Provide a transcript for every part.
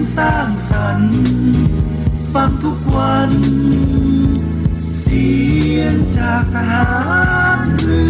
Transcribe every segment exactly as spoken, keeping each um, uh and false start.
สร้างสรรค์ฟังทุกวันเสียงจากทหารเรือ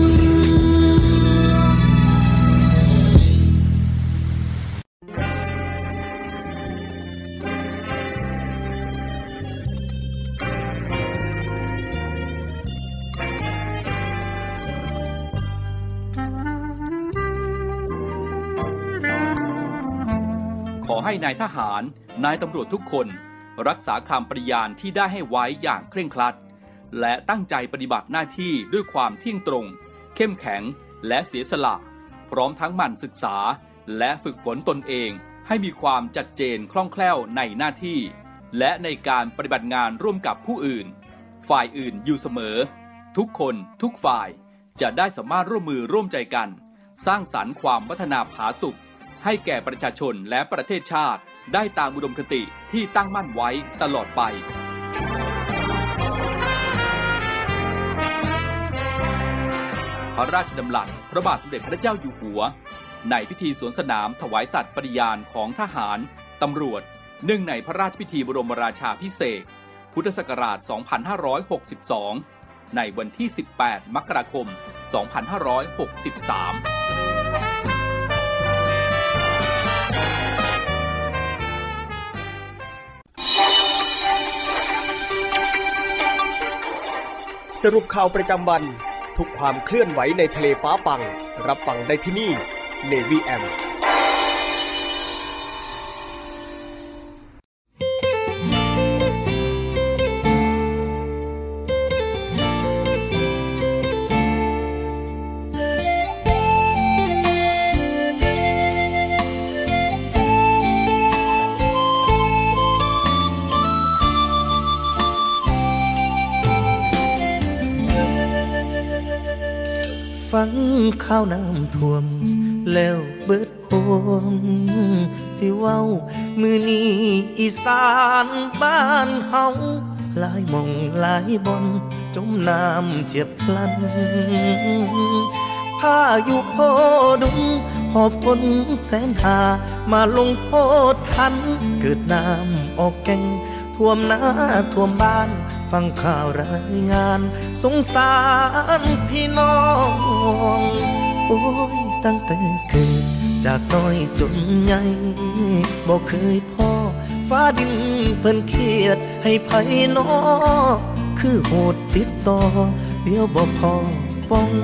ขอให้นายทหารนายตำรวจทุกคนรักษาคำปฏิญาณที่ได้ให้ไว้อย่างเคร่งครัดและตั้งใจปฏิบัติหน้าที่ด้วยความเที่ยงตรงเข้มแข็งและเสียสละพร้อมทั้งหมั่นศึกษาและฝึกฝนตนเองให้มีความชัดเจนคล่องแคล่วในหน้าที่และในการปฏิบัติงานร่วมกับผู้อื่นฝ่ายอื่นอยู่เสมอทุกคนทุกฝ่ายจะได้สามารถร่วมมือร่วมใจกันสร้างสรรค์ความพัฒนาผาสุกให้แก่ประชาชนและประเทศชาติได้ตามอุดมคติที่ตั้งมั่นไว้ตลอดไปพระราชดำรัสพระบาทสมเด็จพระเจ้าอยู่หัวในพิธีสวนสนามถวายสัตย์ปฏิญาณของทหารตำรวจเนื่องในพระราชพิธีบรมราชาภิเษกพุทธศักราช สองพันห้าร้อยหกสิบสอง ในวันที่ สิบแปด มกราคม สองพันห้าร้อยหกสิบสามสรุปข่าวประจำวันทุกความเคลื่อนไหวในทะเลฟ้าฟังรับฟังได้ที่นี่ Navy เอ เอ็มฟังข้าวน้ำท่วมแล้วเบิดโฮมที่เว้ามือนี้อีสานบ้านเฮาหลายหม่องหลายบ่อนจมน้ำเจียบพลันพายุโพดุงหอบฝนแสนหามาลงโทษทันเกิดน้ำออกแก่งท่วมนาท่วมบ้านฟังข่าวรายงานสงสารพี่น้องโอ้ยตั้งแต่เกิดจากน้อยจนใหญ่บ่เคยพ่อฟ้าดินเพิ่นเครียดให้ไผน้อคือโหดติดต่อเดี๋ยวบ่พอป้อง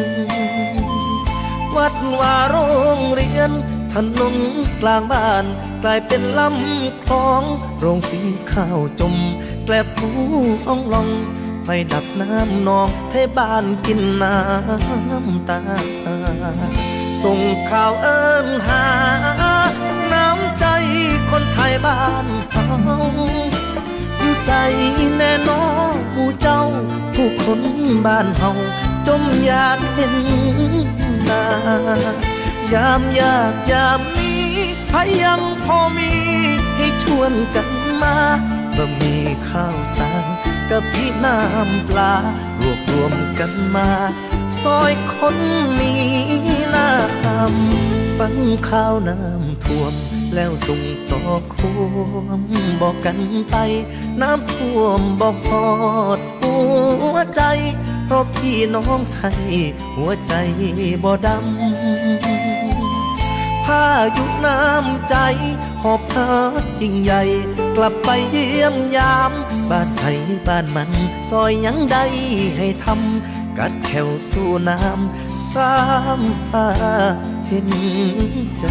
วัดว่าโรงเรียนถนนกลางบ้านกลายเป็นลำคลองโรงสีข้าวจมแกลบฟูอ่องลองไฟดับน้ำนองไทยบ้านกินน้ำตาส่งข่าวเอิ้นหาน้ำใจคนไทยบ้านเฮาอยู่ใส่แน่นอผู้เจ้าผู้คนบ้านเฮาจมอยากเห็นหน้ายามยากยามนี้พายังพอมีให้ชวนกันมาบ่มีข้าวสารกับพี่น้ำปลารวบรวมกันมาซอยคนมีน้ำฟังข้าวน้ำท่วมแล้วส่งต่อความบอกกันไปน้ำท่วมบอกพอดหัวใจเพราะพี่น้องไทยหัวใจบ่ดำพายุน้ำใจหอบหายิ่งใหญ่กลับไปเยี่ยมยามบ้านไทยบ้านมันซอยยังได้ให้ทำกัดแขวสู้น้ำสามฟ้าเห็นใจ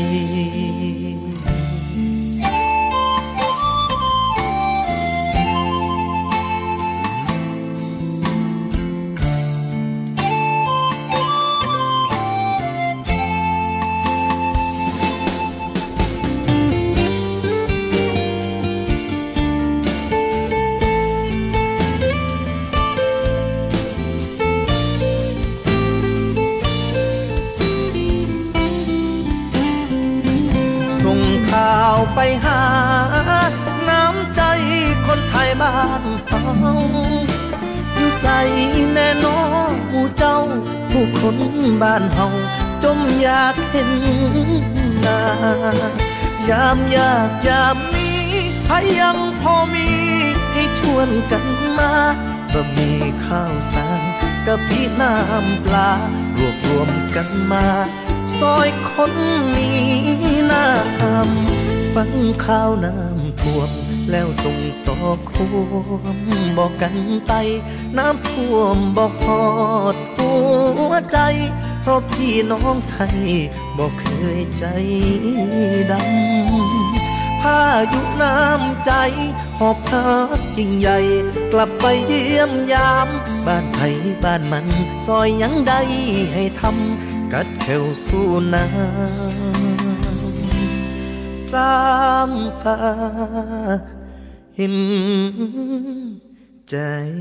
ไปหาน้ำใจคนไทยบ้านเฮาอยู่ใส่แน่นอหมู่เจ้าผู้คนบ้านเฮาจมอยากเห็นหน้ายามยากยามนี้พายังพอมีให้ชวนกันมาบะหมี่ข้าวสารกะปิน้ำปลารวบรวมกันมาซอยคนนี้น้ำฟังข้าวน้ำท่วมแล้วส่งต่อควมบอกกันไปน้ำท่วมบอกหอดหัวใจเพราะพี่น้องไทยบอกเคยใจดำพายุน้ำใจหอบพักยิ่งใหญ่กลับไปเยี่ยมยามบ้านไทยบ้านมันซอยยังได้ให้ทำกัดแขวสู้น้ำสามฟ้าเห็นใจ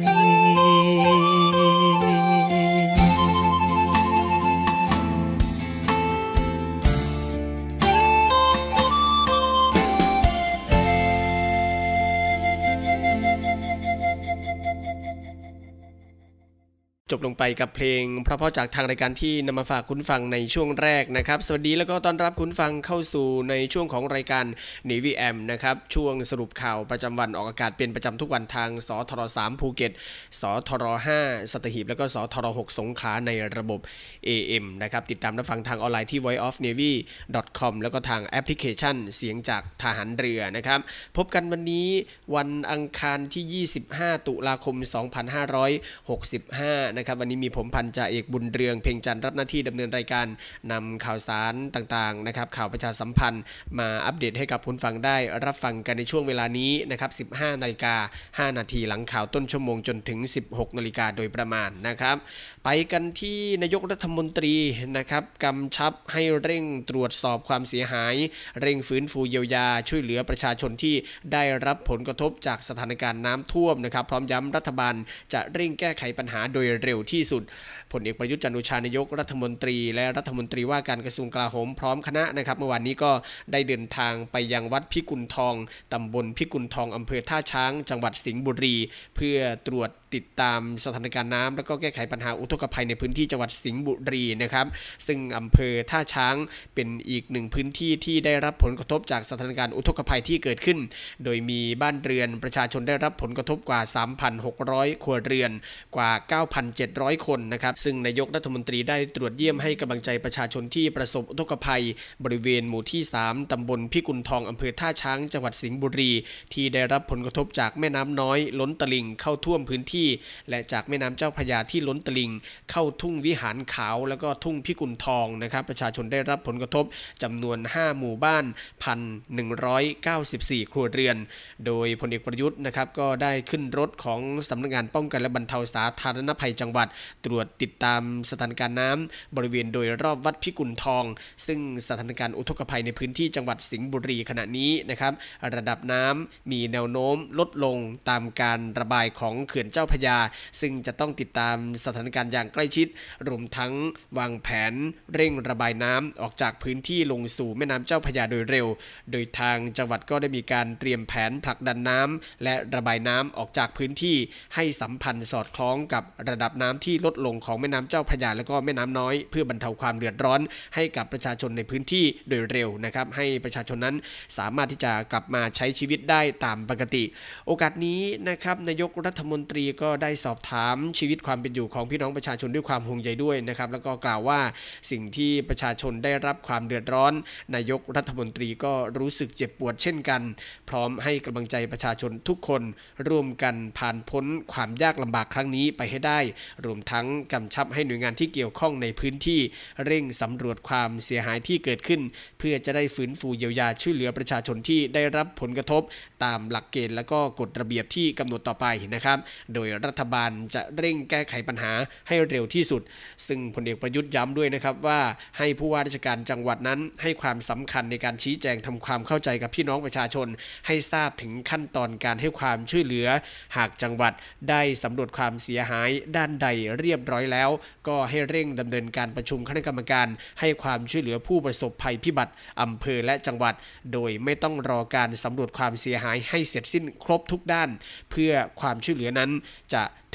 จบลงไปกับเพลงเพราะๆจากทางรายการที่นำมาฝากคุณฟังในช่วงแรกนะครับสวัสดีแล้วก็ต้อนรับคุณฟังเข้าสู่ในช่วงของรายการ Navy แอม นะครับช่วงสรุปข่าวประจำวันออกอากาศเป็นประจำทุกวันทางสทรสามภูเก็ตสทรห้าสัตหีบแล้วก็สทรหกสงขลาในระบบ เอ เอ็ม นะครับติดตามรับฟังทางออนไลน์ที่ voice of navy dot com แล้วก็ทางแอปพลิเคชันเสียงจากทหารเรือนะครับพบกันวันนี้วันอังคารที่ยี่สิบห้าตุลาคมสองพันห้าร้อยหกสิบห้านะครับวันนี้มีผมพันจ่าเอกบุญเรืองเพ็งจันทร์รับหน้าที่ดำเนินรายการนำข่าวสารต่างๆนะครับข่าวประชาสัมพันธ์มาอัปเดตให้กับคุณฟังได้รับฟังกันในช่วงเวลานี้นะครับ สิบห้านาฬิกาห้านาทีหลังข่าวต้นชั่วโมงจนถึง สิบหกนาฬิกาโดยประมาณนะครับไปกันที่นายกรัฐมนตรีนะครับกำชับให้เร่งตรวจสอบความเสียหายเร่งฟื้นฟูเยียวยาช่วยเหลือประชาชนที่ได้รับผลกระทบจากสถานการณ์น้ำท่วมนะครับพร้อมย้ำรัฐบาลจะเร่งแก้ไขปัญหาโดยเร็วที่สุดพลเอกประยุทธ์จันทร์โอชานายกรัฐมนตรีและรัฐมนตรีว่าการกระทรวงกลาโหมพร้อมคณะนะครับเมื่อวานนี้ก็ได้เดินทางไปยังวัดพิกุลทองตำบลพิกุลทองอำเภอท่าช้างจังหวัดสิงห์บุรีเพื่อตรวจติดตามสถานการณ์น้ำและก็แก้ไขปัญหาอุทกภัยในพื้นที่จังหวัดสิงห์บุรีนะครับซึ่งอำเภอท่าช้างเป็นอีกหนึ่งพื้นที่ที่ได้รับผลกระทบจากสถานการณ์อุทกภัยที่เกิดขึ้นโดยมีบ้านเรือนประชาชนได้รับผลกระทบกว่า สามพันหกร้อย ครัวเรือนกว่า เก้าพันเจ็ดร้อย คนนะครับซึ่งนายกรัฐมนตรีได้ตรวจเยี่ยมให้กำลังใจประชาชนที่ประสบอุทกภัยบริเวณหมู่ที่สามตำบลพิกุลทองอำเภอท่าช้างจังหวัดสิงห์บุรีที่ได้รับผลกระทบจากแม่น้ำน้อยล้นตลิ่งเข้าท่วมพื้นที่และจากแม่น้ำเจ้าพระยาที่ล้นตลิ่งเข้าทุ่งวิหารขาวแล้วก็ทุ่งพิกุลทองนะครับประชาชนได้รับผลกระทบจำนวนห้าหมู่บ้าน หนึ่งพันหนึ่งร้อยเก้าสิบสี่ ครัวเรือนโดยพลเอกประยุทธ์นะครับก็ได้ขึ้นรถของสำนักงานป้องกันและบรรเทาสาธารณภัยจังหวัดตรวจติดตามสถานการณ์น้ำบริเวณโดยรอบวัดพิกุลทองซึ่งสถานการณ์อุทกภัยในพื้นที่จังหวัดสิงห์บุรีขณะนี้นะครับระดับน้ำมีแนวโน้มลดลงตามการระบายของเขื่อนเจ้าพระยาซึ่งจะต้องติดตามสถานการณ์อย่างใกล้ชิดรวมทั้งวางแผนเร่งระบายน้ำออกจากพื้นที่ลงสู่แม่น้ำเจ้าพระยาโดยเร็วโดยทางจังหวัดก็ได้มีการเตรียมแผนผลักดันน้ำและระบายน้ำออกจากพื้นที่ให้สัมพันธ์สอดคล้องกับระดับน้ำที่ลดลงของแม่น้ำเจ้าพระยาและก็แม่น้ำน้อยเพื่อบรรเทาความเดือดร้อนให้กับประชาชนในพื้นที่โดยเร็วนะครับให้ประชาชนนั้นสามารถที่จะกลับมาใช้ชีวิตได้ตามปกติโอกาสนี้นะครับนายกรัฐมนตรีก็ได้สอบถามชีวิตความเป็นอยู่ของพี่น้องประชาชนด้วยความห่วงใยด้วยนะครับแล้วก็กล่าวว่าสิ่งที่ประชาชนได้รับความเดือดร้อนนายกรัฐมนตรีก็รู้สึกเจ็บปวดเช่นกันพร้อมให้กำลังใจประชาชนทุกคนร่วมกันผ่านพ้นความยากลำบากครั้งนี้ไปให้ได้รวมทั้งกำชับให้หน่วยงานที่เกี่ยวข้องในพื้นที่เร่งสำรวจความเสียหายที่เกิดขึ้นเพื่อจะได้ฟื้นฟูเยียวยาช่วยเหลือประชาชนที่ได้รับผลกระทบตามหลักเกณฑ์และก็กฎระเบียบที่กำหนดต่อไปนะครับโดยรัฐบาลจะเร่งแก้ไขปัญหาให้เร็วที่สุดซึ่งพลเอกประยุทธ์ย้ำด้วยนะครับว่าให้ผู้ว่าราชการจังหวัดนั้นให้ความสำคัญในการชี้แจงทำความเข้าใจกับพี่น้องประชาชนให้ทราบถึงขั้นตอนการให้ความช่วยเหลือหากจังหวัดได้สำรวจความเสียหายด้านใดเรียบร้อยแล้วก็ให้เร่งดำเนินการประชุมคณะกรรมการให้ความช่วยเหลือผู้ประสบภัยพิบัติอำเภอและจังหวัดโดยไม่ต้องรอการสำรวจความเสียหายให้เสร็จสิ้นครบทุกด้านเพื่อความช่วยเหลือนั้นจะ ถ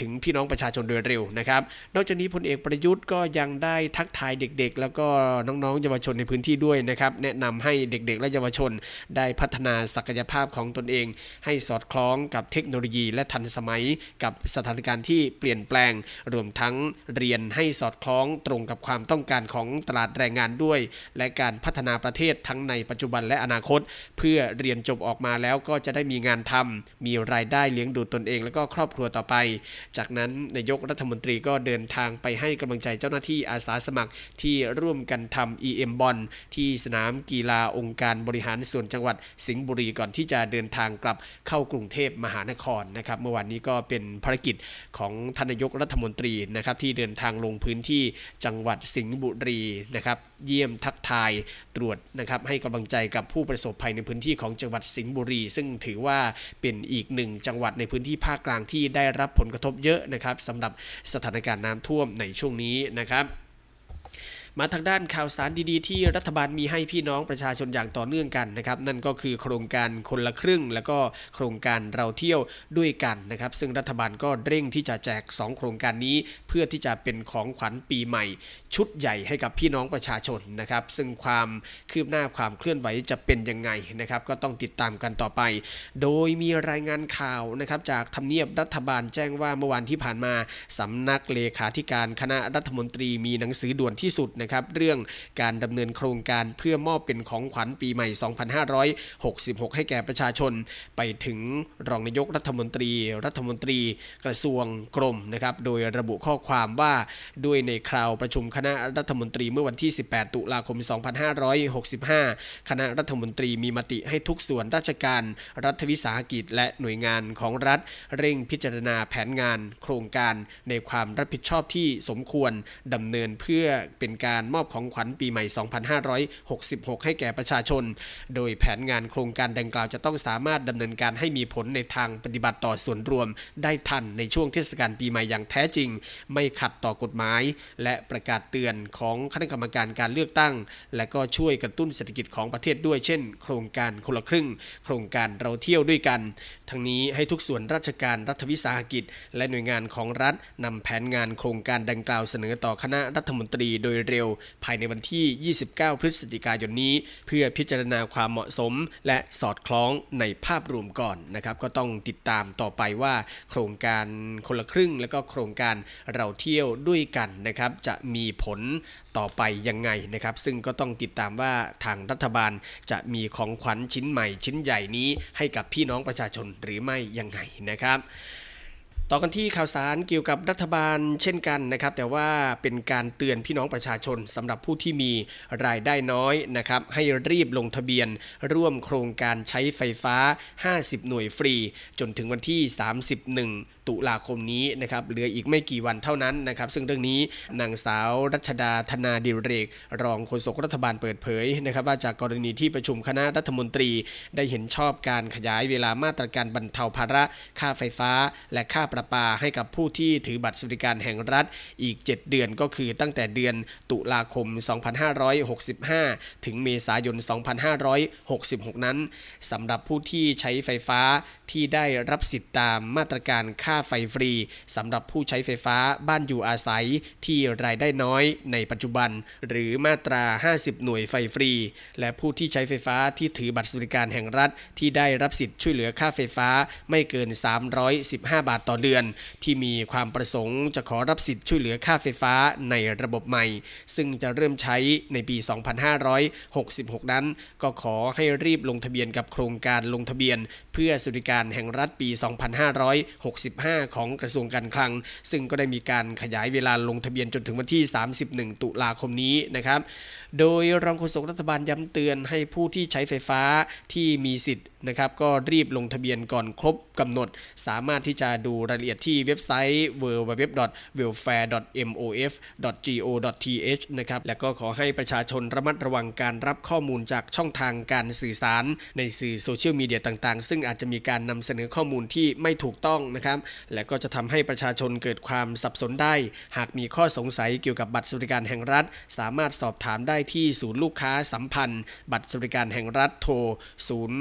ถึงพี่น้องประชาชนโดยเร็วนะครับนอกจากนี้พลเอกประยุทธ์ก็ยังได้ทักทายเด็กๆแล้วก็น้องๆเยาวชนในพื้นที่ด้วยนะครับแนะนำให้เด็กๆและเยาวชนได้พัฒนาศักยภาพของตนเองให้สอดคล้องกับเทคโนโลยีและทันสมัยกับสถานการณ์ที่เปลี่ยนแปลงรวมทั้งเรียนให้สอดคล้องตรงกับความต้องการของตลาดแรงงานด้วยและการพัฒนาประเทศทั้งในปัจจุบันและอนาคตเพื่อเรียนจบออกมาแล้วก็จะได้มีงานทำมีรายได้เลี้ยงดูตนเองและก็ครอบครัวต่อไปจากนั้นนายกรัฐมนตรีก็เดินทางไปให้กำลังใจเจ้าหน้าที่อาสาสมัครที่ร่วมกันทำ อี เอ็ม Bond ที่สนามกีฬาองค์การบริหารส่วนจังหวัดสิงห์บุรีก่อนที่จะเดินทางกลับเข้ากรุงเทพมหานครนะครับเมื่อวานนี้ก็เป็นภารกิจของท่านนายกรัฐมนตรีนะครับที่เดินทางลงพื้นที่จังหวัดสิงห์บุรีนะครับเยี่ยมทักทายตรวจนะครับให้กำลังใจกับผู้ประสบภัยในพื้นที่ของจังหวัดสิงห์บุรีซึ่งถือว่าเป็นอีกหนึ่งจังหวัดในพื้นที่ภาคกลางที่ได้รับผลกระทบเยอะนะครับสำหรับสถานการณ์น้ำท่วมในช่วงนี้นะครับมาทางด้านข่าวสารดีๆที่รัฐบาลมีให้พี่น้องประชาชนอย่างต่อเนื่องกันนะครับนั่นก็คือโครงการคนละครึ่งแล้วก็โครงการเราเที่ยวด้วยกันนะครับซึ่งรัฐบาลก็เร่งที่จะแจกสองโครงการนี้เพื่อที่จะเป็นของขวัญปีใหม่ชุดใหญ่ให้กับพี่น้องประชาชนนะครับซึ่งความคืบหน้าความเคลื่อนไหวจะเป็นยังไงนะครับก็ต้องติดตามกันต่อไปโดยมีรายงานข่าวนะครับจากทำเนียบรัฐบาลแจ้งว่าเมื่อวานที่ผ่านมาสำนักเลขาธิการคณะรัฐมนตรีมีหนังสือด่วนที่สุดนะครับเรื่องการดำเนินโครงการเพื่อมอบเป็นของขวัญปีใหม่สองพันห้าร้อยหกสิบหกให้แก่ประชาชนไปถึงรองนายกรัฐมนตรีรัฐมนตรีกระทรวงกรมนะครับโดยระบุข้อความว่าด้วยในคราวประชุมคณะรัฐมนตรีเมื่อวันที่สิบแปดตุลาคมสองพันห้าร้อยหกสิบห้าคณะรัฐมนตรีมีมติให้ทุกส่วนราชการรัฐวิสาหกิจและหน่วยงานของรัฐเร่งพิจารณาแผนงานโครงการในความรับผิดชอบที่สมควรดำเนินเพื่อเป็นการมอบของขวัญปีใหม่สองพันห้าร้อยหกสิบหกให้แก่ประชาชนโดยแผนงานโครงการดังกล่าวจะต้องสามารถดำเนินการให้มีผลในทางปฏิบัติต่อส่วนรวมได้ทันในช่วงเทศกาลปีใหม่อย่างแท้จริงไม่ขัดต่อกฎหมายและประกาศเตือนของคณะกรรมการการเลือกตั้งและก็ช่วยกระตุ้นเศรษฐกิจของประเทศด้วยเช่นโครงการคนละครึ่งโครงการเราเที่ยวด้วยกันทั้งนี้ให้ทุกส่วนราชการรัฐวิสาหกิจและหน่วยงานของรัฐนำแผนงานโครงการดังกล่าวเสนอต่อคณะรัฐมนตรีโดยเร็วภายในวันที่ยี่สิบเก้าพฤศจิกายนนี้เพื่อพิจารณาความเหมาะสมและสอดคล้องในภาพรวมก่อนนะครับก็ต้องติดตามต่อไปว่าโครงการคนละครึ่งและก็โครงการเราเที่ยวด้วยกันนะครับจะมีผลต่อไปยังไงนะครับซึ่งก็ต้องติดตามว่าทางรัฐบาลจะมีของขวัญชิ้นใหม่ชิ้นใหญ่นี้ให้กับพี่น้องประชาชนหรือไม่ยังไงนะครับต่อกันที่ข่าวสารเกี่ยวกับรัฐบาลเช่นกันนะครับแต่ว่าเป็นการเตือนพี่น้องประชาชนสำหรับผู้ที่มีรายได้น้อยนะครับให้รีบลงทะเบียนร่วมโครงการใช้ไฟฟ้าห้าสิบหน่วยฟรีจนถึงวันที่สามสิบเอ็ดตุลาคมนี้นะครับเหลืออีกไม่กี่วันเท่านั้นนะครับซึ่งเรื่องนี้นางสาวรัชดาธนาดิเรกรองโฆษกรัฐบาลเปิดเผยนะครับว่าจากกรณีที่ประชุมคณะรัฐมนตรีได้เห็นชอบการขยายเวลามาตรการบรรเทาภาระค่าไฟฟ้าและค่าประปาให้กับผู้ที่ถือบัตรสวัสดิการแห่งรัฐอีกเจ็ดเดือนก็คือตั้งแต่เดือนตุลาคมสองพันห้าร้อยหกสิบห้าถึงเมษายนสองพันห้าร้อยหกสิบหกนั้นสำหรับผู้ที่ใช้ไฟฟ้าที่ได้รับสิทธิตามมาตรการค่าไฟฟรีสำหรับผู้ใช้ไฟฟ้าบ้านอยู่อาศัยที่รายได้น้อยในปัจจุบันหรือมาตราห้าสิบหน่วยไฟฟรีและผู้ที่ใช้ไฟฟ้าที่ถือบัตรสวัสดิการแห่งรัฐที่ได้รับสิทธิ์ช่วยเหลือค่าไฟฟ้าไม่เกินสามร้อยสิบห้าบาทต่อเดือนที่มีความประสงค์จะขอรับสิทธิ์ช่วยเหลือค่าไฟฟ้าในระบบใหม่ซึ่งจะเริ่มใช้ในปีสองพันห้าร้อยหกสิบหกนั้นก็ขอให้รีบลงทะเบียนกับโครงการลงทะเบียนเพื่อสวัสดิการแห่งรัฐปีสองพันห้าร้อยหกสิบห้าของกระทรวงการคลังซึ่งก็ได้มีการขยายเวลาลงทะเบียนจนถึงวันที่สามสิบเอ็ดตุลาคมนี้นะครับโดยรองโฆษกรัฐบาลย้ำเตือนให้ผู้ที่ใช้ไฟฟ้าที่มีสิทธิ์นะครับก็รีบลงทะเบียนก่อนครบกำหนดสามารถที่จะดูรายละเอียดที่เว็บไซต์ ดับเบิลยู ดับเบิลยู ดับเบิลยู ดอท เวลแฟร์ ดอท เอ็ม โอ เอฟ ดอท จี โอ ดอท ที เอช นะครับและก็ขอให้ประชาชนระมัดระวังการรับข้อมูลจากช่องทางการสื่อสารในสื่อโซเชียลมีเดียต่างๆซึ่งอาจจะมีการนำเสนอข้อมูลที่ไม่ถูกต้องนะครับและก็จะทำให้ประชาชนเกิดความสับสนได้หากมีข้อสงสัยเกี่ยวกับบัตรสวัสดิการแห่งรัฐสามารถสอบถามได้ที่ศูนย์ลูกค้าสัมพันธ์บัตรสวัสดิการแห่งรัฐโทรศูนย์ สอง หนึ่ง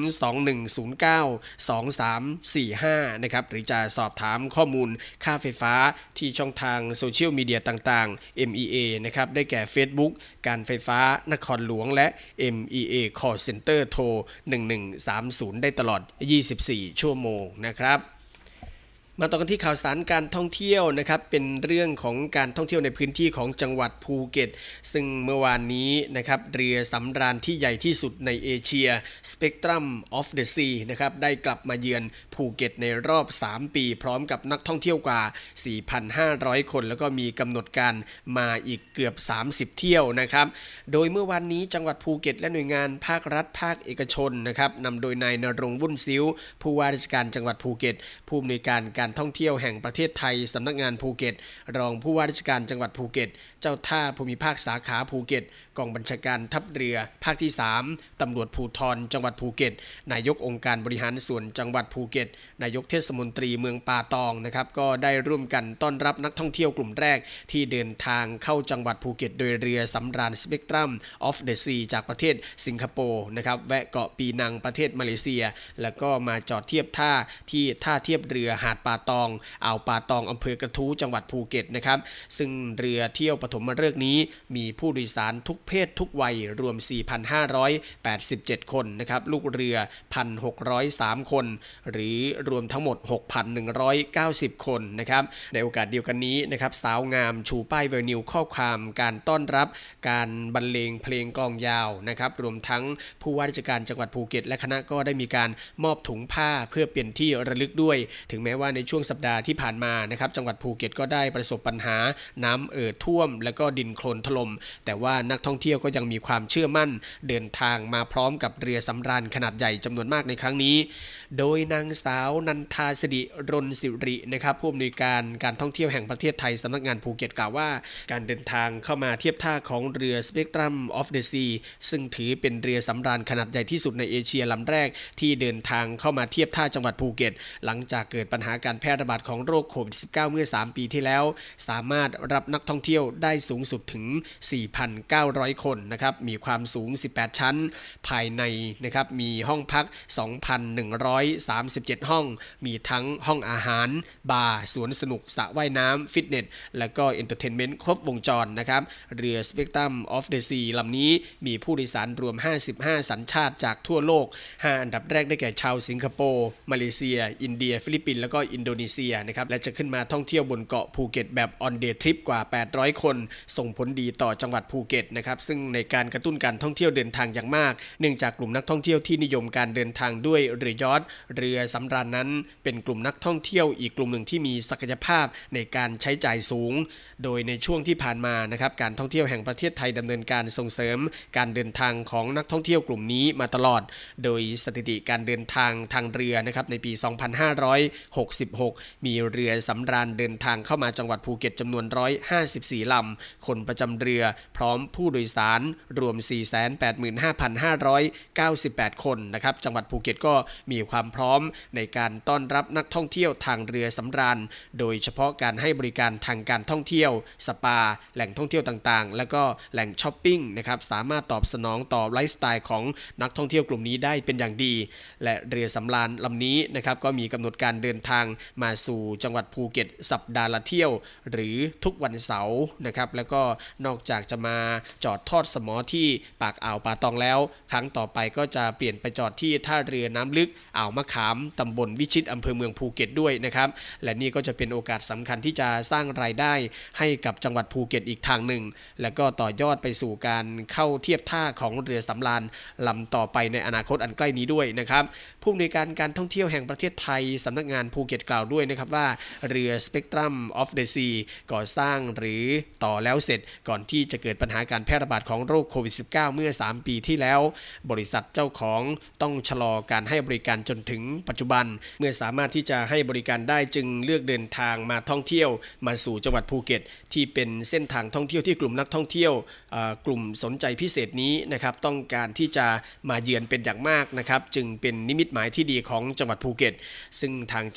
นึ่ง ศูนย์ เก้า สอง สาม สี่ ห้านะครับหรือจะสอบถามข้อมูลค่าไฟฟ้าที่ช่องทางโซเชียลมีเดียต่างๆ เอ็ม อี เอ นะครับได้แก่ Facebook การไฟฟ้านครหลวงและ เอ็ม อี เอ Call Center โทรหนึ่งหนึ่งสามศูนย์ได้ตลอดยี่สิบสี่ชั่วโมงนะครับมาต่อกันที่ข่าวสารการท่องเที่ยวนะครับเป็นเรื่องของการท่องเที่ยวในพื้นที่ของจังหวัดภูเก็ตซึ่งเมื่อวานนี้นะครับเรือสำราญที่ใหญ่ที่สุดในเอเชีย Spectrum of the Sea นะครับได้กลับมาเยือนภูเก็ตในรอบสามปีพร้อมกับนักท่องเที่ยวกว่า สี่พันห้าร้อย คนแล้วก็มีกำหนดการมาอีกเกือบสามสิบเที่ยวนะครับโดยเมื่อวานนี้จังหวัดภูเก็ตและหน่วยงานภาครัฐภาคเอกชนนะครับนำโดยนายณรงค์วุ่นซิ้วผู้ว่าราชการจังหวัดภูเก็ตผู้อำนวยการการท่องเที่ยวแห่งประเทศไทยสำนักงานภูเก็ตรองผู้ว่าราชการจังหวัดภูเก็ตเจ้าท่าภูมิภาคสาขาภูเก็ตกองบัญชาการทัพเรือภาคที่สามตำรวจภูธรจังหวัดภูเก็ตนายกองค์การบริหารส่วนจังหวัดภูเก็ตนายกเทศมนตรีเมืองป่าตองนะครับก็ได้ร่วมกันต้อนรับนักท่องเที่ยวกลุ่มแรกที่เดินทางเข้าจังหวัดภูเก็ตโดยเรือสำราญ Spectrum of the Sea จากประเทศสิงคโปร์นะครับแวะเกาะปีนังประเทศมาเลเซียแล้วก็มาจอดเทียบท่าที่ท่าเทียบเรือหาดป่าตองอ่าวป่าตองอำเภอกระทู้จังหวัดภูเก็ตนะครับซึ่งเรือเที่ยวปฐมฤกษ์นี้มีผู้โดยสารทุกเพศทุกวัยรวม สี่พันห้าร้อยแปดสิบเจ็ด คนนะครับลูกเรือ หนึ่งพันหกร้อยสาม คนหรือรวมทั้งหมด หกพันหนึ่งร้อยเก้าสิบ คนนะครับในโอกาสเดียวกันนี้นะครับสาวงามชูป้ายไวนิลข้อความการต้อนรับการบรรเลงเพลงกลองยาวนะครับรวมทั้งผู้ว่าราชการจังหวัดภูเก็ตและคณะก็ได้มีการมอบถุงผ้าเพื่อเปลี่ยนที่ระลึกด้วยถึงแม้ว่าในช่วงสัปดาห์ที่ผ่านมานะครับจังหวัดภูเก็ตก็ได้ประสบปัญหาน้ำเอ่อท่วมและก็ดินโคลนถล่มแต่ว่านักท่องเที่ยวก็ยังมีความเชื่อมั่นเดินทางมาพร้อมกับเรือสำราญขนาดใหญ่จำนวนมากในครั้งนี้โดยนางสาวนันทาสิริรนสิรินะครับผู้อำนวยการการท่องเที่ยวแห่งประเทศไทยสำนักงานภูเก็ตกล่าวว่าการเดินทางเข้ามาเทียบท่าของเรือ Spectrum of the Sea ซึ่งถือเป็นเรือสำราญขนาดใหญ่ที่สุดในเอเชียลำแรกที่เดินทางเข้ามาเทียบท่าจังหวัดภูเก็ตหลังจากเกิดปัญหาการแพร่ระบาดของโรคโควิด สิบเก้า เมื่อสามปีที่แล้วสามารถรับนักท่องเที่ยวได้สูงสุดถึง สี่พันเก้าร้อย คนนะครับมีความสูงสิบแปดชั้นภายในนะครับมีห้องพัก สองพันหนึ่งร้อยสามสิบเจ็ด ห้องมีทั้งห้องอาหารบาร์สวนสนุกสระว่ายน้ำฟิตเนสและก็เอนเตอร์เทนเมนต์ครบวงจรนะครับเรือ Spectrum of the Sea ลำนี้มีผู้โดยสารรวมห้าสิบห้าสัญชาติจากทั่วโลกห้าอันดับแรกได้แก่ชาวสิงคโปร์มาเลเซียอินเดียฟิลิปปินส์แล้วก็อินโดนีเซียนะครับและจะขึ้นมาท่องเที่ยวบนเกาะภูเก็ตแบบ on day trip กว่าแปดร้อยคนส่งผลดีต่อจังหวัดภูเก็ตนะครับซึ่งในการกระตุ้นการท่องเที่ยวเดินทางอย่างมากเนื่องจากกลุ่มนักท่องเที่ยวที่นิยมการเดินทางด้วยเรือยอชท์เรือสำราญนั้นเป็นกลุ่มนักท่องเที่ยวอีกกลุ่มหนึ่งที่มีศักยภาพในการใช้จ่ายสูงโดยในช่วงที่ผ่านมานะครับการท่องเที่ยวแห่งประเทศไทยดำเนินการส่งเสริมการเดินทางของนักท่องเที่ยวกลุ่มนี้มาตลอดโดยสถิติการเดินทางทางเรือนะครับในปี สองพันห้าร้อยหกสิบหก มีเรือสำราญเดินทางเข้ามาจังหวัดภูเก็ตจำนวนหนึ่งร้อยห้าสิบสี่ลำคนประจำเรือพร้อมผู้โดยสารรวม สี่แสนแปดหมื่นห้าพันห้าร้อยเก้าสิบแปด คนนะครับจังหวัดภูเก็ตก็มีความพร้อมในการต้อนรับนักท่องเที่ยวทางเรือสำราญโดยเฉพาะการให้บริการทางการท่องเที่ยวสปาแหล่งท่องเที่ยวต่างๆแล้วก็แหล่งช้อปปิ้งนะครับสามารถตอบสนองต่อไลฟ์สไตล์ของนักท่องเที่ยวกลุ่มนี้ได้เป็นอย่างดีและเรือสำราญลำนี้นะครับก็มีกำหนดการเดินทางมาสู่จังหวัดภูเก็ตสัปดาห์ละเที่ยวหรือทุกวันเสาร์นะครับแล้วก็นอกจากจะมาจอดทอดสมอที่ปากอ่าวป่าตองแล้วครั้งต่อไปก็จะเปลี่ยนไปจอดที่ท่าเรือน้ำลึกอ่าวมะขามตำบลวิชิตอำเภอเมืองภูเก็ตด้วยนะครับและนี่ก็จะเป็นโอกาสสำคัญที่จะสร้างรายได้ให้กับจังหวัดภูเก็ตอีกทางหนึ่งและก็ต่อยอดไปสู่การเข้าเทียบท่าของเรือสำราญลำต่อไปในอนาคตอันใกล้นี้ด้วยนะครับผู้อำนวยการการท่องเที่ยวแห่งประเทศไทยสำนักงานภูเก็ตกล่าวด้วยนะครับว่าเรือ Spectrum of the Sea ก่อสร้างหรือต่อแล้วเสร็จก่อนที่จะเกิดปัญหาการแพร่ระบาดของโรคโควิด สิบเก้า เมื่อสามปีที่แล้วบริษัทเจ้าของต้องชะลอการให้บริการจนถึงปัจจุบันเมื่อสามารถที่จะให้บริการได้จึงเลือกเดินทางมาท่องเที่ยวมาสู่จังหวัดภูเก็ตที่เป็นเส้นทางท่องเที่ยวที่กลุ่มนักท่องเที่ยวกลุ่มสนใจพิเศษนี้นะครับต้องการที่จะมาเยือนเป็นอย่างมากนะครับจึงเป็นนิมิตหมายที่ดีของจังหวัดภูเก็ตซึ่งทางจังหวัดภูเก็ต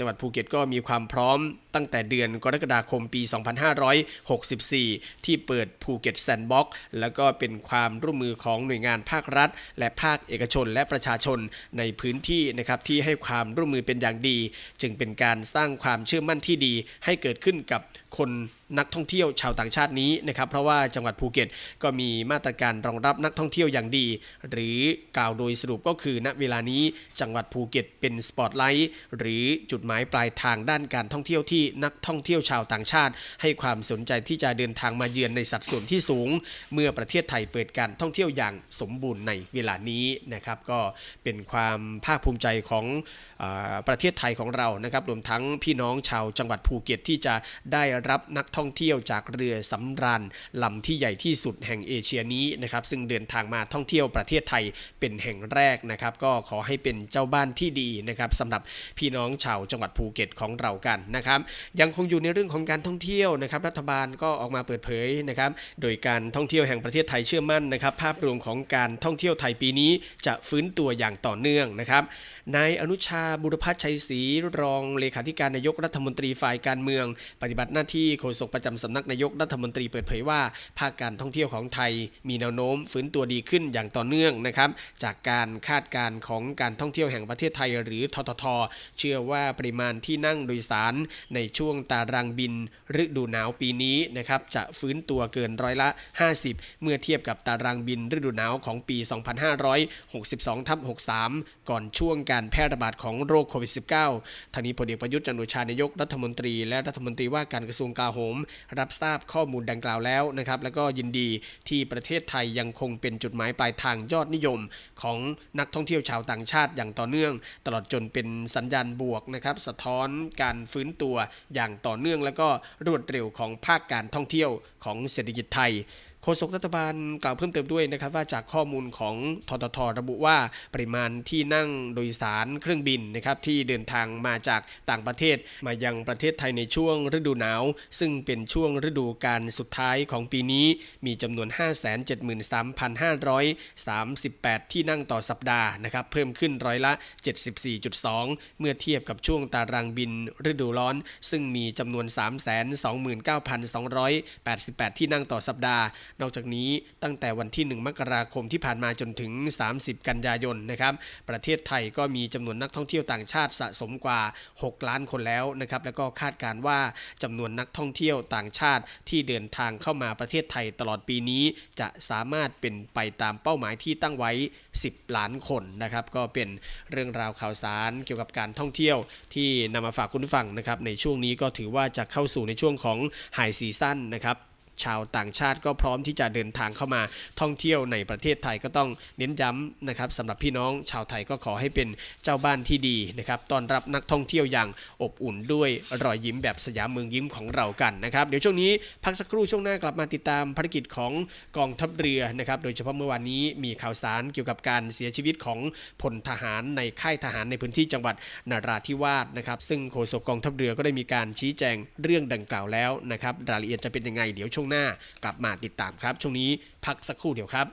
ตก็มีความพร้อมตั้งแต่เดือนกรกฎาคมปีสองพันห้าร้อยหกสิบสี่ที่เปิดภูเก็ตแซนด์บ็อกซ์แล้วก็เป็นความร่วมมือของหน่วยงานภาครัฐและภาคเอกชนและประชาชนในพื้นที่นะครับที่ให้ความร่วมมือเป็นอย่างดีจึงเป็นการสร้างความเชื่อมั่นที่ดีให้เกิดขึ้นกับคนนักท่องเที่ยวชาวต่างชาตินี้นะครับเพราะว่าจังหวัดภูเก็ตก็มีมาตรการรองรับนักท่องเที่ยวอย่างดีหรือกล่าวโดยสรุปก็คือณเวลานี้จังหวัดภูเก็ตเป็นสปอตไลท์หรือจุดหมายปลายทางด้านการท่องเที่ยวที่นักท่องเที่ยวชาวต่างชาติให้ความสนใจที่จะเดินทางมาเยือนในสัดส่วนที่สูงเมื่อประเทศไทยเปิดการท่องเที่ยวอย่างสมบูรณ์ในเวลานี้นะครับก็เป็นความภาคภูมิใจของประเทศไทยของเรานะครับรวมทั้งพี่น้องชาวจังหวัดภูเก็ตที่จะได้รับนักท่องเที่ยวจากเรือสำราญลำที่ใหญ่ที่สุดแห่งเอเชียนี้นะครับซึ่งเดินทางมาท่องเที่ยวประเทศไทยเป็นแห่งแรกนะครับก็ขอให้เป็นเจ้าบ้านที่ดีนะครับสำหรับพี่น้องชาวจังหวัดภูเก็ตของเรากันนะครับยังคงอยู่ในเรื่องของการท่องเที่ยวนะครับรัฐบาลก็ออกมาเปิดเผยนะครับโดยการท่องเที่ยวแห่งประเทศไทยเชื่อมั่นนะครับภาพรวมของการท่องเที่ยวไทยปีนี้จะฟื้นตัวอย่างต่อเนื่องนะครับนายอนุชาบุรพัชชัยศรีรองเลขาธิการนายกรัฐมนตรีฝ่ายการเมืองปฏิบัติหน้าที่โฆษกประจำสำนักนายกรัฐมนตรีเปิดเผยว่าภาคการท่องเที่ยวของไทยมีแนวโน้มฟื้นตัวดีขึ้นอย่างต่อเนื่องนะครับจากการคาดการณ์ของการท่องเที่ยวแห่งประเทศไทยหรือททท.เชื่อว่าปริมาณที่นั่งโดยสารในช่วงตารางบินฤดูหนาวปีนี้นะครับจะฟื้นตัวเกินร้อยละห้าสิบเมื่อเทียบกับตารางบินฤดูหนาวของปีสองพันห้าร้อยหกสิบสองทับหกสิบสามก่อนช่วงการแพร่ระบาดของโรคโควิด สิบเก้า ทางนี้พลเอกประยุทธ์จันทร์โอชานายกรัฐมนตรีและรัฐมนตรีว่าการกระทรวงกลาโหมรับทราบข้อมูลดังกล่าวแล้วนะครับแล้วก็ยินดีที่ประเทศไทยยังคงเป็นจุดหมายปลายทางยอดนิยมของนักท่องเที่ยวชาวต่างชาติอย่างต่อเนื่องตลอดจนเป็นสัญญาณบวกนะครับสะท้อนการฟื้นตัวอย่างต่อเนื่องและก็รวดเร็วของภาคการท่องเที่ยวของเศรษฐกิจไทยโฆษกรัฐบาลกล่าวเพิ่มเติมด้วยนะครับว่าจากข้อมูลของททท.ระบุว่าปริมาณที่นั่งโดยสารเครื่องบินนะครับที่เดินทางมาจากต่างประเทศมายังประเทศไทยในช่วงฤดูหนาวซึ่งเป็นช่วงฤดูกาลสุดท้ายของปีนี้มีจำนวน ห้าแสนเจ็ดหมื่นสามพันห้าร้อยสามสิบแปด ที่นั่งต่อสัปดาห์นะครับเพิ่มขึ้นร้อยละ เจ็ดสิบสี่จุดสอง เมื่อเทียบกับช่วงตารางบินฤดูร้อนซึ่งมีจำนวน สามแสนสองหมื่นเก้าพันสองร้อยแปดสิบแปด ที่นั่งต่อสัปดาห์นอกจากนี้ตั้งแต่วันที่หนึ่งมกราคมที่ผ่านมาจนถึงสามสิบกันยายนนะครับประเทศไทยก็มีจำนวนนักท่องเที่ยวต่างชาติสะสมกว่าหกล้านคนแล้วนะครับแล้วก็คาดการณ์ว่าจำนวนนักท่องเที่ยวต่างชาติที่เดินทางเข้ามาประเทศไทยตลอดปีนี้จะสามารถเป็นไปตามเป้าหมายที่ตั้งไว้สิบล้านคนนะครับก็เป็นเรื่องราวข่าวสารเกี่ยวกับการท่องเที่ยวที่นำมาฝากคุณผู้ฟังนะครับในช่วงนี้ก็ถือว่าจะเข้าสู่ในช่วงของไฮซีซั่นนะครับชาวต่างชาติก็พร้อมที่จะเดินทางเข้ามาท่องเที่ยวในประเทศไทยก็ต้องเน้นย้ำนะครับสำหรับพี่น้องชาวไทยก็ขอให้เป็นเจ้าบ้านที่ดีนะครับต้อนรับนักท่องเที่ยวอย่างอบอุ่นด้วยรอยยิ้มแบบสยามเมืองยิ้มของเรากันนะครับเดี๋ยวช่วงนี้พักสักครู่ช่วงหน้ากลับมาติดตามภารกิจของกองทัพเรือนะครับโดยเฉพาะเมื่อวานนี้มีข่าวสารเกี่ยวกับการเสียชีวิตของพลทหารในค่ายทหารในพื้นที่จังหวัดนราธิวาสนะครับซึ่งโฆษกกองทัพเรือก็ได้มีการชี้แจงเรื่องดังกล่าวแล้วนะครับรายละเอียดจะเป็นยังไงเดี๋ยวช่วงหน้ากลับมาติดตามครับช่วงนี้พักสักครู่เดียวครับ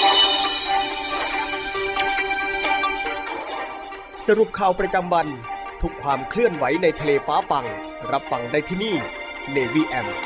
สรุปข่าวประจำวันทุกความเคลื่อนไหวในทะเลฟ้าฟังรับฟังได้ที่นี่ Navy เอ เอ็ม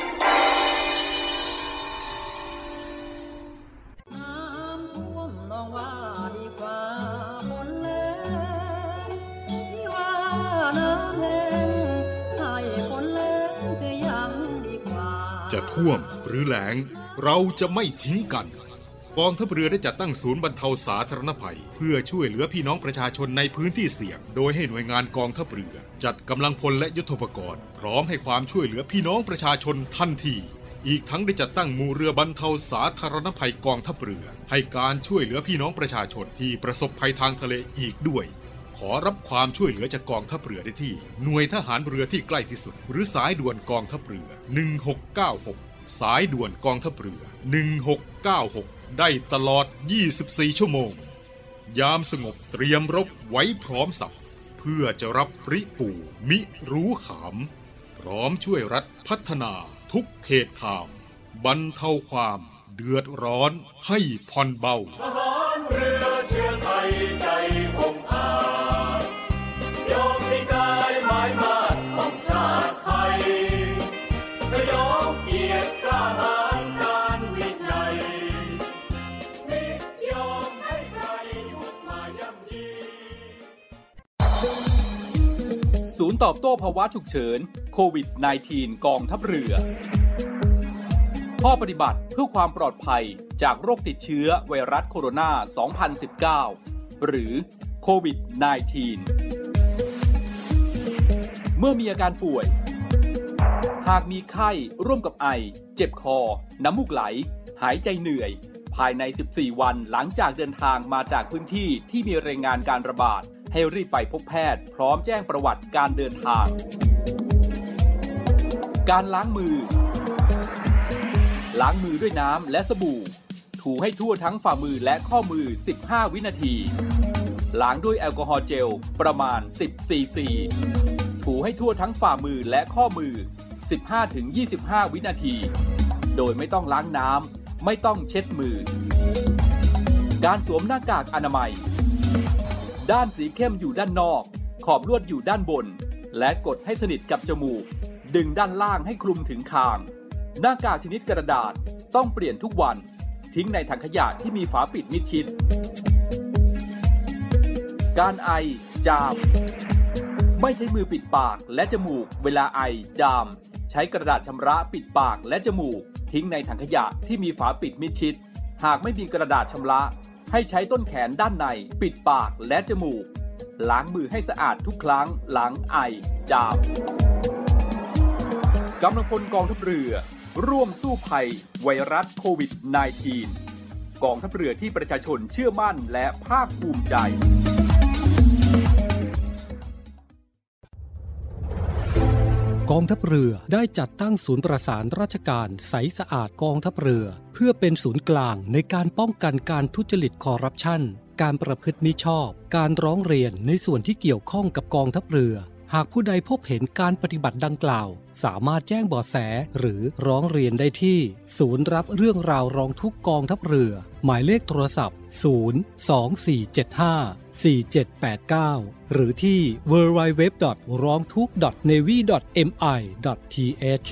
จะท่วมหรือแล้งเราจะไม่ทิ้งกันกองทัพเรือได้จัดตั้งศูนย์บรรเทาสาธารณภัยเพื่อช่วยเหลือพี่น้องประชาชนในพื้นที่เสี่ยงโดยให้หน่วยงานกองทัพเรือจัดกำลังพลและยุทโธปกรณ์พร้อมให้ความช่วยเหลือพี่น้องประชาชนทันทีอีกทั้งได้จัดตั้งหมู่เรือบรรเทาสาธารณภัยกองทัพเรือให้การช่วยเหลือพี่น้องประชาชนที่ประสบภัยทางทะเลอีกด้วยขอรับความช่วยเหลือจากกองทัพเรือได้ที่หน่วยทหารเรือที่ใกล้ที่สุดหรือสายด่วนกองทัพเรือหนึ่งหกเก้าหกสายด่วนกองทัพเรือหนึ่งหกเก้าหกได้ตลอดยี่สิบสี่ชั่วโมงยามสงบเตรียมรบไว้พร้อมสับเพื่อจะรับริปู่มิรู้ขามพร้อมช่วยรัฐพัฒนาทุกเขตข่าวบรรเทาความเดือดร้อนให้ผ่อนเบาทหารเรือเชื้อไทยใจองอาจยอมพิกายหมายมาดศูนย์ตอบโต้ภาวะฉุกเฉินโควิด สิบเก้า กองทัพเรือข้อปฏิบัติเพื่อความปลอดภัยจากโรคติดเชื้อไวรัสโคโรนา สองพันสิบเก้า หรือโควิด สิบเก้า เมื่อมีอาการป่วยหากมีไข้ร่วมกับไอเจ็บคอน้ำมูกไหลหายใจเหนื่อยภายในสิบสี่วันหลังจากเดินทางมาจากพื้นที่ที่มีรายงานการระบาดให้รีบไปพบแพทย์พร้อมแจ้งประวัติการเดินทางการล้างมือล้างมือด้วยน้ำและสบู่ถูให้ทั่วทั้งฝ่ามือและข้อมือสิบห้าวินาทีล้างด้วยแอลกอฮอล์เจลประมาณสิบซีซีถูให้ทั่วทั้งฝ่ามือและข้อมือ สิบห้าถึงยี่สิบห้า วินาทีโดยไม่ต้องล้างน้ำไม่ต้องเช็ดมือการสวมหน้ากากอนามัยด้านสีเข้มอยู่ด้านนอกขอบลวดอยู่ด้านบนและกดให้สนิทกับจมูกดึงด้านล่างให้คลุมถึงคางหน้ากากชนิดกระดาษต้องเปลี่ยนทุกวันทิ้งในถังขยะที่มีฝาปิดมิดชิดการไอจามไม่ใช้มือปิดปากและจมูกเวลาไอจามใช้กระดาษชำระปิดปากและจมูกทิ้งในถังขยะที่มีฝาปิดมิดชิดหากไม่มีกระดาษชำระให้ใช้ต้นแขนด้านในปิดปากและจมูกล้างมือให้สะอาดทุกครั้งหลังไอจามกำลังพลกองทัพเรือร่วมสู้ภัยไวรัสโควิด สิบเก้า กองทัพเรือที่ประชาชนเชื่อมั่นและภาคภูมิใจกองทัพเรือได้จัดตั้งศูนย์ประสานราชการใสสะอาดกองทัพเรือเพื่อเป็นศูนย์กลางในการป้องกันการทุจริตคอร์รัปชันการประพฤติมิชอบการร้องเรียนในส่วนที่เกี่ยวข้องกับกองทัพเรือหากผู้ใดพบเห็นการปฏิบัติดังกล่าวสามารถแจ้งเบาะแสหรือร้องเรียนได้ที่ศูนย์รับเรื่องราวร้องทุกข์กองทัพเรือหมายเลขโทรศัพท์ ศูนย์ สอง สี่ เจ็ด ห้า สี่ เจ็ด แปด เก้า หรือที่ ดับเบิลยู ดับเบิลยู ดับเบิลยู ดอท ร้องทุกข์ ดอท เนวี ดอท เอ็ม ไอ ดอท ที เอช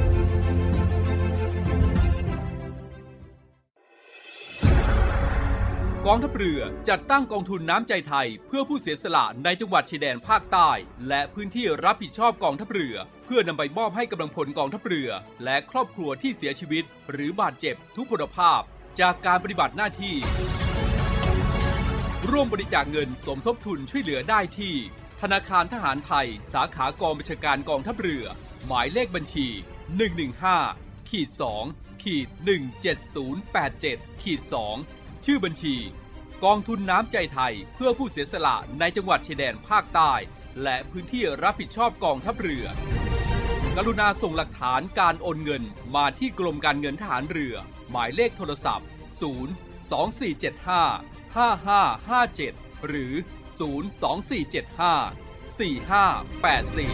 กองทัพเรือจัดตั้งกองทุนน้ำใจไทยเพื่อผู้เสียสละในจังหวัดชายแดนภาคใต้และพื้นที่รับผิดชอบกองทัพเรือเพื่อนำไปมอบให้กำลังพลกองทัพเรือและครอบครัวที่เสียชีวิตหรือบาดเจ็บทุพพลภาพจากการปฏิบัติหน้าที่ร่วมบริจาคเงินสมทบทุนช่วยเหลือได้ที่ธนาคารทหารไทยสาขากองบัญชาการกองทัพเรือหมายเลขบัญชี หนึ่ง หนึ่ง ห้า สอง หนึ่ง เจ็ด ศูนย์ แปด เจ็ด สองชื่อบัญชีกองทุนน้ำใจไทยเพื่อผู้เสียสละในจังหวัดชายแดนภาคใต้และพื้นที่รับผิดชอบกองทัพเรือกรุณาส่งหลักฐานการโอนเงินมาที่กรมการเงินทหารเรือหมายเลขโทรศัพท์ ศูนย์ สอง สี่ เจ็ด ห้า ห้า ห้า ห้า เจ็ด หรือ ศูนย์ สอง สี่ เจ็ด ห้า สี่ ห้า แปด สี่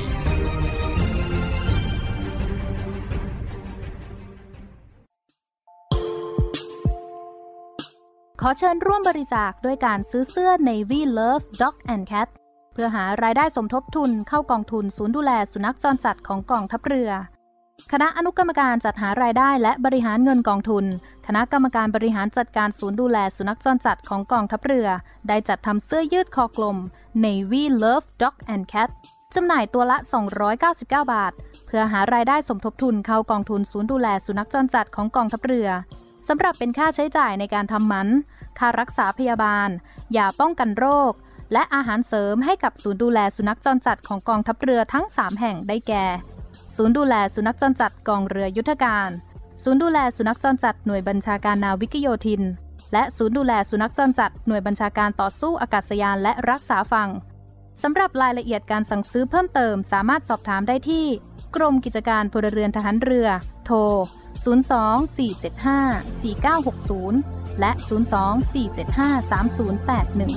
ขอเชิญร่วมบริจาคด้วยการซื้อเสื้อ Navy Love Dog and Cat เพื่อหารายได้สมทบทุนเข้ากองทุนศูนย์ดูแลสุนัขจรจัดของกองทัพเรือคณะอนุกรรมการจัดหารายได้และบริหารเงินกองทุนคณะกรรมการบริหารจัดการศูนย์ดูแลสุนัขจรจัดของกองทัพเรือได้จัดทำเสื้อยืดคอกลม Navy Love Dog and Cat จำหน่ายตัวละสองร้อยเก้าสิบเก้าบาทเพื่อหารายได้สมทบทุนเข้ากองทุนศูนย์ดูแลสุนัขจรจัดของกองทัพเรือสำหรับเป็นค่าใช้จ่ายในการทำหมันค่ารักษาพยาบาลยาป้องกันโรคและอาหารเสริมให้กับศูนย์ดูแลสุนัขจรจัดของกองทัพเรือทั้งสามแห่งได้แก่ศูนย์ดูแลสุนัขจรจัดกองเรือยุทธการศูนย์ดูแลสุนัขจรจัดหน่วยบัญชาการนาวิกโยธินและศูนย์ดูแลสุนัขจรจัดหน่วยบัญชาการต่อสู้อากาศยานและรักษาฝั่งสำหรับรายละเอียดการสั่งซื้อเพิ่มเติมสามารถสอบถามได้ที่กรมกิจการพลเรือนทหารเรือโทรศูนย์ สอง สี่ เจ็ด ห้า สี่ เก้า หก ศูนย์และ ศูนย์ สอง สี่ เจ็ด ห้า สาม ศูนย์ แปด หนึ่ง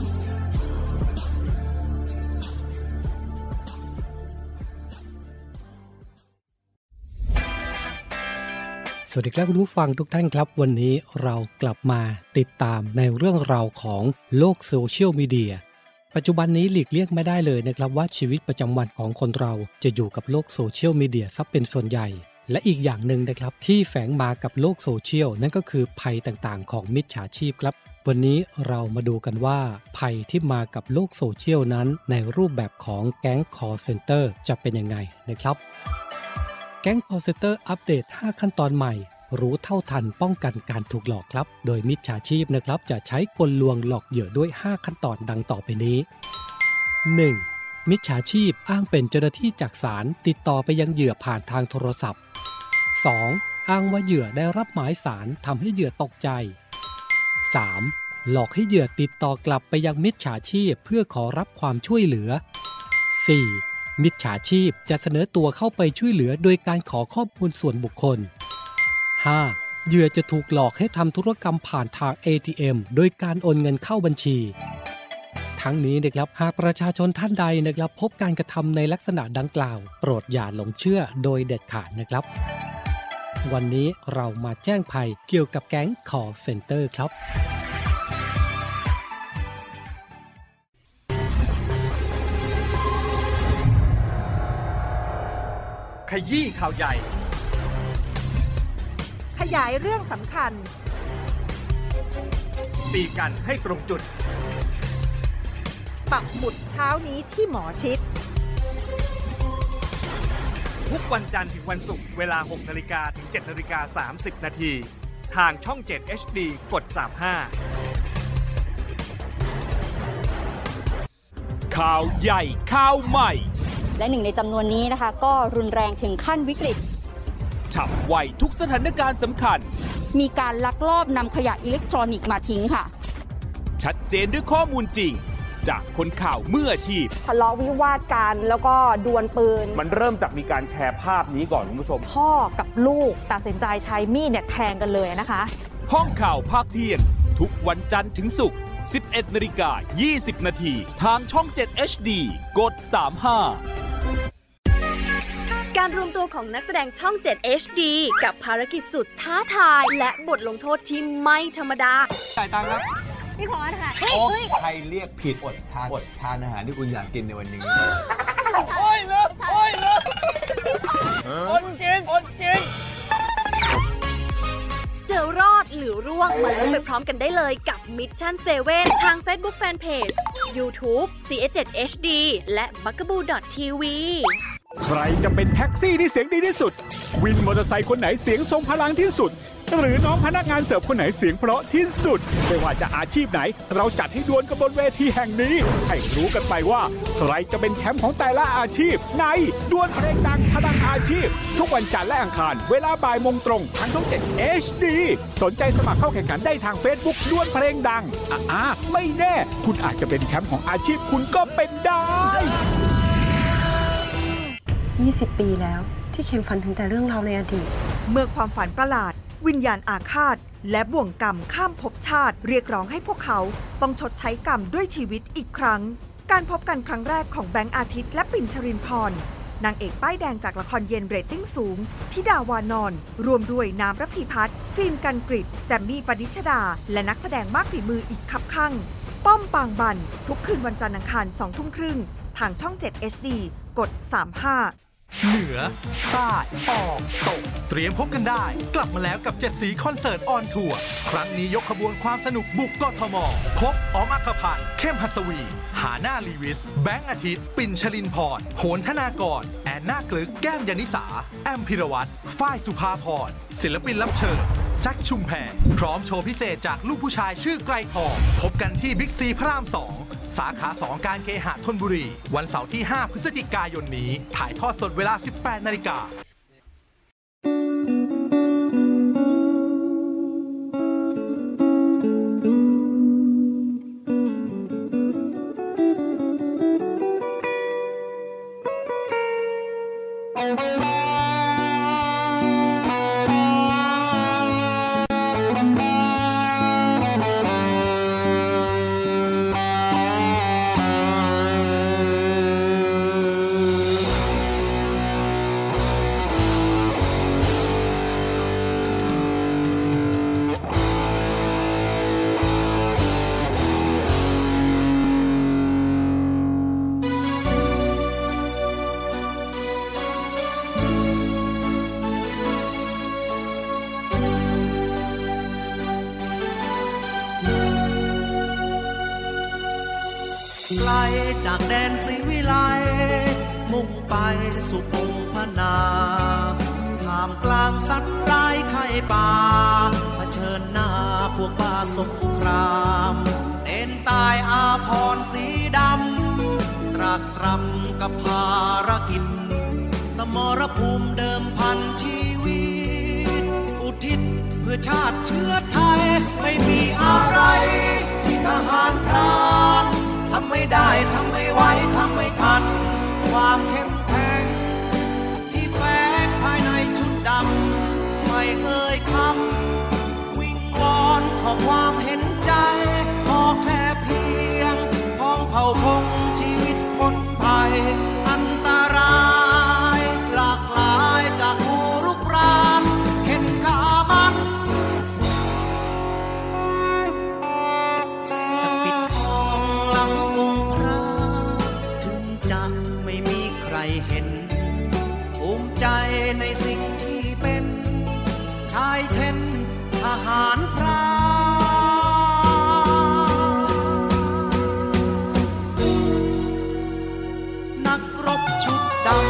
สวัสดีครับคุณผู้ฟังทุกท่านครับวันนี้เรากลับมาติดตามในเรื่องราวของโลกโซเชียลมีเดียปัจจุบันนี้หลีกเลี่ยงไม่ได้เลยนะครับว่าชีวิตประจำวันของคนเราจะอยู่กับโลกโซเชียลมีเดียซะเป็นส่วนใหญ่และอีกอย่างหนึ่งนะครับที่แฝงมากับโลกโซเชียลนั่นก็คือภัยต่างๆของมิจฉาชีพครับวันนี้เรามาดูกันว่าภัยที่มากับโลกโซเชียลนั้นในรูปแบบของแก๊ง call center จะเป็นยังไงนะครับแก๊ง call center อัปเดตห้าขั้นตอนใหม่รู้เท่าทันป้องกันการถูกหลอกครับโดยมิจฉาชีพนะครับจะใช้กลลวงหลอกเหยื่อด้วยห้าขั้นตอนดังต่อไปนี้ หนึ่ง. มิจฉาชีพอ้างเป็นเจ้าหน้าที่จากศาลติดต่อไปยังเหยื่อผ่านทางโทรศัพท์ สอง. อ้างว่าเหยื่อได้รับหมายศาลทำให้เหยื่อตกใจ สาม. หลอกให้เหยื่อติดต่อกลับไปยังมิจฉาชีพเพื่อขอรับความช่วยเหลือ สี่. มิจฉาชีพจะเสนอตัวเข้าไปช่วยเหลือโดยการขอข้อมูลส่วนบุคคล ห้า. เหยื่อจะถูกหลอกให้ทำธุรกรรมผ่านทาง เอ ที เอ็ม โดยการโอนเงินเข้าบัญชีทั้งนี้นะครับหากประชาชนท่านใดนะครับพบการกระทำในลักษณะดังกล่าวโปรดอย่าหลงเชื่อโดยเด็ดขาดนะครับวันนี้เรามาแจ้งภัยเกี่ยวกับแก๊ง call center ครับขยี้ข่าวใหญ่ขยายเรื่องสำคัญตีกันให้ตรงจุดปักหมุดเช้านี้ที่หมอชิดทุกวันจันทร์ถึงวันศุกร์เวลา หกนาฬิกา ถึง เจ็ดนาฬิกาสามสิบ นาทีทางช่อง เจ็ด เอช ดี กด สามสิบห้า ข่าวใหญ่ข่าวใหม่และหนึ่งในจำนวนนี้นะคะก็รุนแรงถึงขั้นวิกฤตฉับไวทุกสถานการณ์สำคัญมีการลักลอบนำขยะอิเล็กทรอนิกส์มาทิ้งค่ะชัดเจนด้วยข้อมูลจริงจากคนข่าวมืออาชีพทะเลาะวิวาทกันแล้วก็ดวลปืนมันเริ่มจากมีการแชร์ภาพนี้ก่อนคุณผู้ชมพ่อกับลูกตัดสินใจใช้มีดเนี่ยแทงกันเลยนะคะห้องข่าวภาคเที่ยงทุกวันจันทร์ถึงศุกร์ สิบเอ็ดนาฬิกายี่สิบ นาทีทางช่อง เจ็ด เอช ดี กด สามสิบห้าการรวมตัวของนักแสดงช่อง เจ็ด เอช ดี กับภารกิจสุดท้าทายและบทลงโทษที่ไม่ธรรมดาจ่ายตังค์ครับพี่ขออาหารโอ้ใครเรียกผิดอดทานอดทานอาหารที่คุณอยากกินในวันนี้โอ้ยเลิกโอ้ยเลิกอดกินอดกินเจอรอดหรือร่วงมาลุ้นไปพร้อมกันได้เลยกับ Mission เซเว่น ทาง Facebook Fanpage YouTube ซี เอส เจ็ด เอช ดี และ บักกะบู ดอท ที วีใครจะเป็นแท็กซี่ที่เสียงดีที่สุดวินมอเตอร์ไซค์คนไหนเสียงทรงพลังที่สุดหรือน้องพนักงานเสิร์ฟคนไหนเสียงเพราะที่สุดไม่ว่าจะอาชีพไหนเราจัดให้ดวลกันบนเวทีแห่งนี้ให้รู้กันไปว่าใครจะเป็นแชมป์ของแต่ละอาชีพในดวลเพลงดังพลังอาชีพทุกวันจันทร์และอังคารเวลาบ่ายโมงตรงทางช่อง เจ็ด เอช ดี สนใจสมัครเข้าแข่งขันได้ทาง Facebook ดวลเพลงดังอ่าไม่แน่คุณอาจจะเป็นแชมป์ของอาชีพคุณก็เป็นได้ยี่สิบ ปีแล้วที่เข็มฝันถึงแต่เรื่องราวในอดีตเมื่อความฝันประหลาดวิญญาณอาฆาตและบ่วงกรรมข้ามภพชาติเรียกร้องให้พวกเขาต้องชดใช้กรรมด้วยชีวิตอีกครั้งการพบกันครั้งแรกของแบงค์อาทิตย์และปิ่นชรินพรนางเอกป้ายแดงจากละครเย็นเรตติ้งสูงธิดาวานอนรวมด้วยน้ำระพีพัฒน์ฟิล์มกันกฤษแจมมี่ปณิชดาและนักแสดงมากฝีมืออีกคับข้างป้อมปางบันทุกคืนวันจันทร์อังคารสองทุ่มครึ่งทางช่อง เจ็ด เอช ดี กด สามสิบห้าเหนือใต้ออกตกเตรียมพบกันได้กลับมาแล้วกับเจ็ดสีคอนเสิร์ตออนทัวร์ครั้งนี้ยกขบวนความสนุกบุกกทมพบออมอัคคพันธ์เข้มหัสวีหาหน้าลีวิสแบงค์อาทิตย์ปิ่นชลินพรโหนธนากรแอนนา กลึกแก้มยานิสาแอมพิรวัตรฝ้ายสุภาพรศิลปินรับเชิญแซคชุมแพรพร้อมโชว์พิเศษจากลูกผู้ชายชื่อไกรทองพบกันที่บิ๊กซีพระรามสองสาขาสองการเคหะธนบุรีวันเสาร์ที่ห้าพฤศจิกายนนี้ถ่ายทอดสดเวลา สิบแปดนาฬิกาจากแดนศรีวิไลมุ่งไปสู่พงพนาท่ามกลางสัตว์ร้ายไข่ป่าเผชิญหน้าพวกบ้าสงครามเน้นตายอาภรณ์สีดำตรากตรำกับภารกิจสมรภูมิเดิมพันชีวิตอุทิศเพื่อชาติเชื้อไทยไม่มีอะไรที่ทหารพรานทำไม่ได้ทำไม่ไหวทำไม่ทันความเข้มแข็งที่แฝงภายในชุดดำไม่เอ่ยคำวิงวอนขอความเห็นใจขอแค่เพียงพ้องเผ่าพงชีวิตพ้นภัยอันตรายหลากหลายจากผู้รุกรานเข็นขามันจะปิดทองหลังองค์พระถึงจะไม่มีใครเห็นภูมิใจในสิ่งที่เป็นชายเช่นทหารพรานนักรบชุดดำ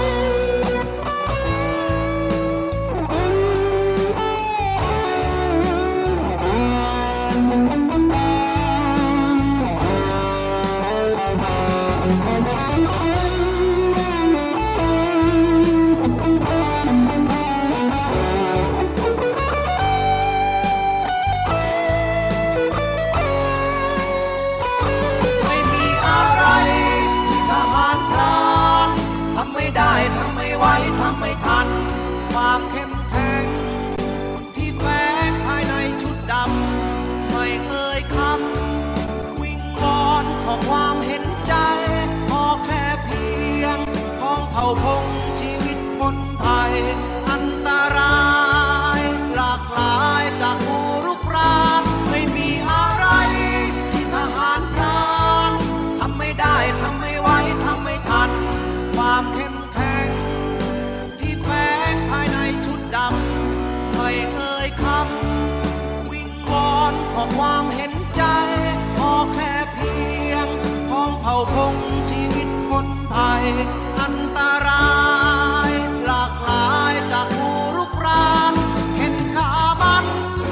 ทำไม่ไหวทำไม่ทันความเข้มแข็งที่แฝงภายในชุดดำไม่เอ่ยคำวิงวอนขอความเห็นใจขอแค่เพียงพ้องเผ่าพงชีวิตพ้นภัยอันตรายหลากหลายจากผู้รุกรานไม่มีอะไรที่ทหารพรานทำไม่ได้ทำไม่ไหวทำไม่ทันความเข้มแข็งที่แฝงภายในชุดดำไม่เอ่ยคำวิงวอนขอความเห็นใจขอแค่เพียงพ้องเผ่าพงชีวิตพ้นภัยอันตรายหลากหลายจากผู้รุกรานเข็นขามัน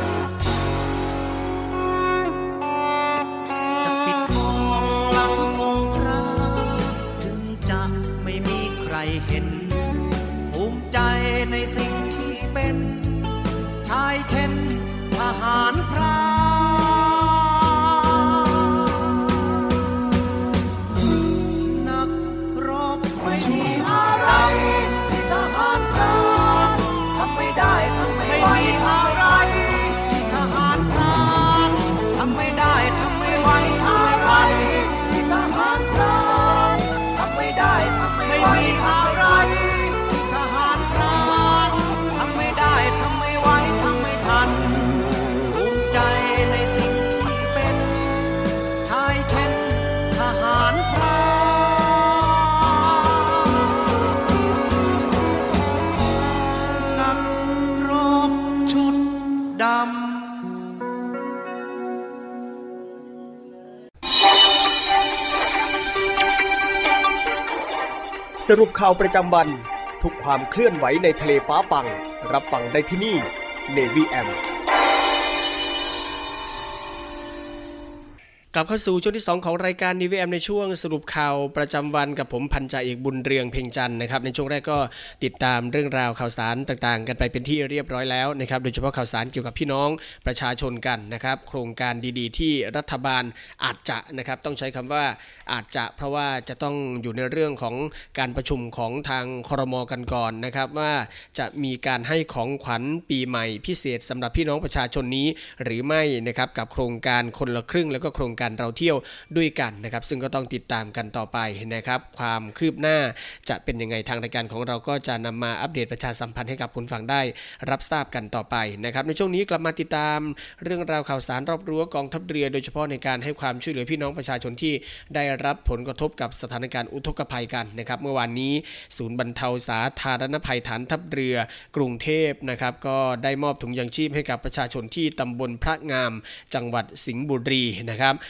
จะปิดทองหลังองค์พระถึงจะไม่มีใครเห็นภูมิใจในสิ่งที่เป็นชายเช่นทหารพรานนักรบไม่มีอะไรที่ทหารพรานทำไม่ได้ทำไม่ไหวอะไรที่ทหารพรานทำไม่ได้ทำไม่ไหวทำไม่ทันที่ทหารพรานทำไม่ได้ทำไม่ไหวอะไรที่ทหารพรานทำไม่ได้ทำไม่ไหวทำไม่ทันภูมิใจในสิ่งที่เป็นชายเช่นทหารพรานนักรบชุดดำสรุปข่าวประจำวันทุกความเคลื่อนไหวในทะเลฟ้าฟังรับฟังได้ที่นี่ Navy เอ เอ็มกลับเข้าสู่ช่วงที่สองของรายการ Navy เอ เอ็ม ในช่วงสรุปข่าวประจำวันกับผมพันจ่าเอกบุญเรืองเพ็งจันทร์นะครับในช่วงแรกก็ติดตามเรื่องราวข่าวสารต่างๆกันไปเป็นที่เรียบร้อยแล้วนะครับโดยเฉพาะข่าวสารเกี่ยวกับพี่น้องประชาชนกันนะครับโครงการดีๆที่รัฐบาลอาจจะนะครับต้องใช้คำว่าอาจจะเพราะว่าจะต้องอยู่ในเรื่องของการประชุมของทางครม.กันก่อนนะครับว่าจะมีการให้ของขวัญปีใหม่พิเศษสำหรับพี่น้องประชาชนนี้หรือไม่นะครับกับโครงการคนละครึ่งแล้วก็โครงการเราเที่ยวด้วยกันนะครับซึ่งก็ต้องติดตามกันต่อไปนะครับความคืบหน้าจะเป็นยังไงทางรายการของเราก็จะนำมาอัปเดตประชาสัมพันธ์ให้กับคุณฟังได้รับทราบกันต่อไปนะครับในช่วงนี้กลับมาติดตามเรื่องราวข่าวสารรอบรั้วกองทัพเรือโดยเฉพาะในการให้ความช่วยเหลือพี่น้องประชาชนที่ได้รับผลกระทบกับสถานการณ์อุทกภัยกันนะครับเมื่อวานนี้ศูนย์บรรเทาสาธารณภัยฐานทัพเรือกรุงเทพนะครับก็ได้มอบถุงยางชีพให้กับประชาชนที่ตำบลพระงามจังหวัดสิงห์บุรีนะครับ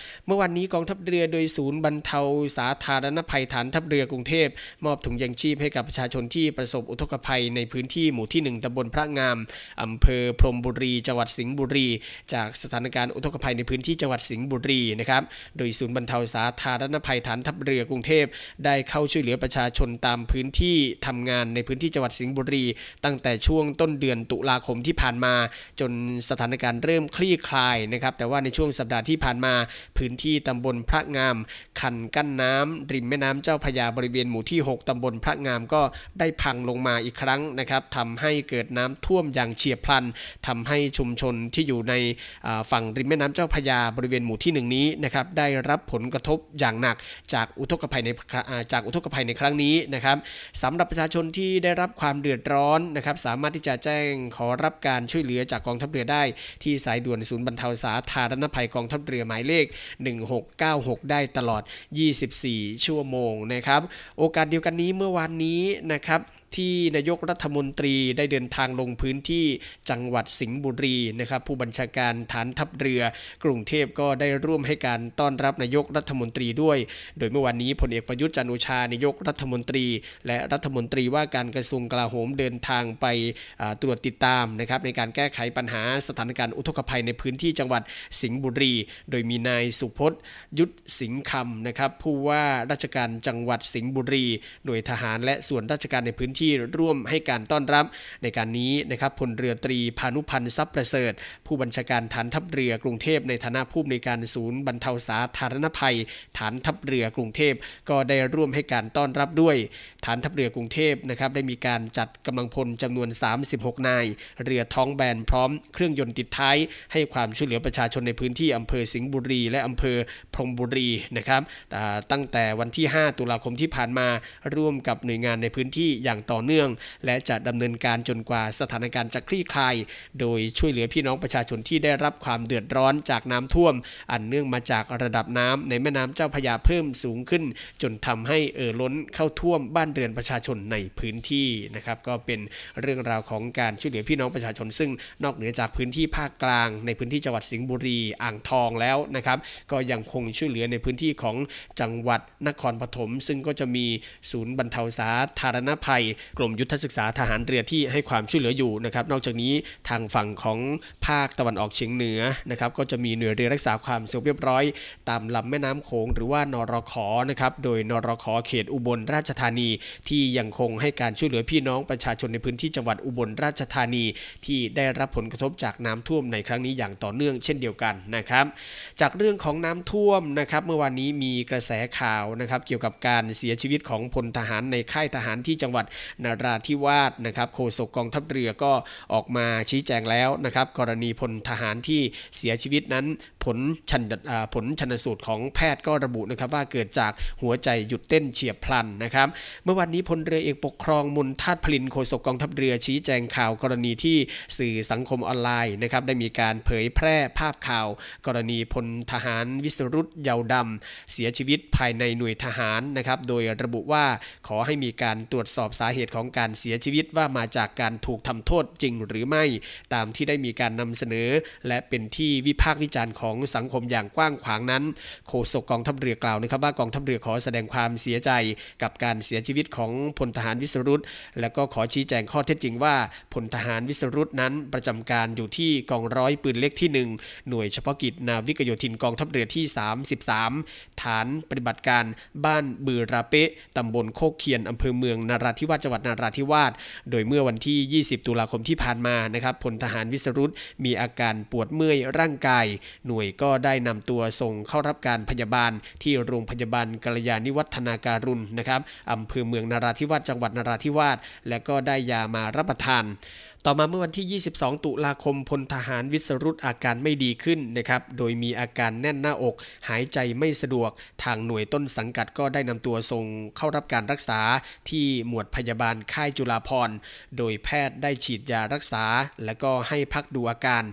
เมื่อวันนี้กองทัพเรือโดยศูนย์บรรเทาสาธารณภัยฐานทัพเรือกรุงเทพมอบถุงยังชีพให้กับประชาชนที่ประสบอุทกภัยในพื้นที่หมู่ที่หนึ่งตำบลพระงามอำเภอพรหมบุรีจังหวัดสิงห์บุรีจากสถานการณ์อุทกภัยในพื้นที่จังหวัดสิงห์บุรีนะครับโดยศูนย์บรรเทาสาธารณภัยฐานทัพเรือกรุงเทพได้เข้าช่วยเหลือประชาชนตามพื้นที่ทำงานในพื้นที่จังหวัดสิงห์บุรีตั้งแต่ช่วงต้นเดือนตุลาคมที่ผ่านมาจนสถานการณ์เริ่มคลี่คลายนะครับแต่ว่าในช่วงสัปดาห์ที่ผ่านมาพื้นที่ตำบลพระงามคันกั้นน้ำริมแม่น้ำเจ้าพระยาบริเวณหมู่ที่หกตำบลพระงามก็ได้พังลงมาอีกครั้งนะครับทำให้เกิดน้ำท่วมอย่างเฉียบพลันทำให้ชุมชนที่อยู่ในฝั่งริมแม่น้ำเจ้าพระยาบริเวณหมู่ที่หนึ่งนี้นะครับได้รับผลกระทบอย่างหนักจากอุทกภัยในจากอุทกภัยในครั้งนี้นะครับสำหรับประชาชนที่ได้รับความเดือดร้อนนะครับสามารถที่จะแจ้งขอรับการช่วยเหลือจากกองทัพเรือได้ที่สายด่วนศูนย์บรรเทาสาธารณภัยกองทัพเรือหมายเลขหนึ่งหกเก้าหกได้ตลอดยี่สิบสี่ชั่วโมงนะครับโอกาสเดียวกันนี้เมื่อวานนี้นะครับที่นายกรัฐมนตรีได้เดินทางลงพื้นที่จังหวัดสิงห์บุรีนะครับผู้บัญชาการฐานทัพเรือกรุงเทพก็ได้ร่วมให้การต้อนรับนายกรัฐมนตรีด้วยโดยเมื่อวานนี้พลเอกประยุทธ์จันทร์โอชานายกรัฐมนตรีและรัฐมนตรีว่าการกระทรวงกลาโหมเดินทางไปตรวจติดตามนะครับในการแก้ไขปัญหาสถานการณ์อุทกภัยในพื้นที่จังหวัดสิงห์บุรีโดยมีนายสุพจน์ยุทธสิงห์คำนะครับผู้ว่าราชการจังหวัดสิงห์บุรีหน่วยทหารและส่วนราชการในพื้นที่ร่วมให้การต้อนรับในการนี้นะครับพลเรือตรีพานุพันธ์ทรัพย์ประเสริฐผู้บัญชาการฐานทัพเรือกรุงเทพในฐานะผู้อำนวยการศูนย์บรรเทาสาธารณภัยฐานทัพเรือกรุงเทพก็ได้ร่วมให้การต้อนรับด้วยฐานทัพเรือกรุงเทพนะครับได้มีการจัดกำลังพลจำนวนสามสิบหกนายเรือท้องแบนพร้อมเครื่องยนต์ติดท้ายให้ความช่วยเหลือประชาชนในพื้นที่อำเภอสิงห์บุรีและอำเภอพรหมบุรีนะครับตั้งแต่วันที่ห้าตุลาคมที่ผ่านมาร่วมกับหน่วยงานในพื้นที่อย่างต่อเนื่องและจะดำเนินการจนกว่าสถานการณ์จะคลี่คลายโดยช่วยเหลือพี่น้องประชาชนที่ได้รับความเดือดร้อนจากน้ำท่วมอันเนื่องมาจากระดับน้ำในแม่น้ำเจ้าพระยาเพิ่มสูงขึ้นจนทำให้เอ่อล้นเข้าท่วมบ้านเรือนประชาชนในพื้นที่นะครับก็เป็นเรื่องราวของการช่วยเหลือพี่น้องประชาชนซึ่งนอกเหนือจากพื้นที่ภาคกลางในพื้นที่จังหวัดสิงห์บุรีอ่างทองแล้วนะครับก็ยังคงช่วยเหลือในพื้นที่ของจังหวัดนครปฐมซึ่งก็จะมีศูนย์บรรเทาสาธารณภัยกรมยุทธศึกษาทหารเรือที่ให้ความช่วยเหลืออยู่นะครับนอกจากนี้ทางฝั่งของภาคตะวันออกเฉียงเหนือนะครับก็จะมีหน่วยเรือรักษาความสงบเรียบร้อยตามลำแม่น้ำโขงหรือว่านรข.นะครับโดยนรข.เขตอุบลราชธานีที่ยังคงให้การช่วยเหลือพี่น้องประชาชนในพื้นที่จังหวัดอุบลราชธานีที่ได้รับผลกระทบจากน้ำท่วมในครั้งนี้อย่างต่อเนื่องเช่นเดียวกันนะครับจากเรื่องของน้ำท่วมนะครับเมื่อวานนี้มีกระแสข่าวนะครับเกี่ยวกับการเสียชีวิตของพลทหารในค่ายทหารที่จังหวัดนราธิวาสนะครับโฆษกกองทัพเรือก็ออกมาชี้แจงแล้วนะครับกรณีพลทหารที่เสียชีวิตนั้นผลชันผลชันสูตรของแพทย์ก็ระบุนะครับว่าเกิดจากหัวใจหยุดเต้นเฉียบพลันนะครับเมื่อวันนี้พลเรือเอกปกครองมนทาตพลินโฆษกกองทัพเรือชี้แจงข่าวกรณีที่สื่อสังคมออนไลน์นะครับได้มีการเผยแพร่ภาพข่าวกรณีพลทหารวิสรุตเยาวดำเสียชีวิตภายในหน่วยทหารนะครับโดยระบุว่าขอให้มีการตรวจสอบสาเหตุของการเสียชีวิตว่ามาจากการถูกทำโทษจริงหรือไม่ตามที่ได้มีการนำเสนอและเป็นที่วิพากษ์วิจารณ์ของสังคมอย่างกว้างขวางนั้นโฆษกกองทัพเรือกล่าวนะครับว่ากองทัพเรือขอแสดงความเสียใจกับการเสียชีวิตของพลทหารวิสรุตและก็ขอชี้แจงข้อเท็จจริงว่าพลทหารวิสรุตนั้นประจำการอยู่ที่กองร้อยปืนเล็กที่หนึ่งหน่วยเฉพาะกิจนาวิกโยธินกองทัพเรือที่สามสิบสามฐานปฏิบัติการบ้านบือราเปะตำบลโคกเคียนอำเภอเมืองนราธิวาสจังหวัดนราธิวาสโดยเมื่อวันที่ยี่สิบตุลาคมที่ผ่านมานะครับพลทหารวิสรุตมีอาการปวดเมื่อยร่างกายหน่วยก็ได้นำตัวส่งเข้ารับการพยาบาลที่โรงพยาบาลกัลยาณิวัฒนาการุณนะครับอำเภอเมืองนราธิวาสจังหวัดนราธิวาสและก็ได้ยามารับประทานต่อมาเมื่อวันที่ยี่สิบสองตุลาคมพลทหารวิสรุตอาการไม่ดีขึ้นนะครับโดยมีอาการแน่นหน้าอกหายใจไม่สะดวกทางหน่วยต้นสังกัดก็ได้นำตัวส่งเข้ารับการรักษาที่หมวดพยาบาลค่ายจุฬาภรณ์โดยแพทย์ได้ฉีดยารักษาและก็ให้พักดูอาการ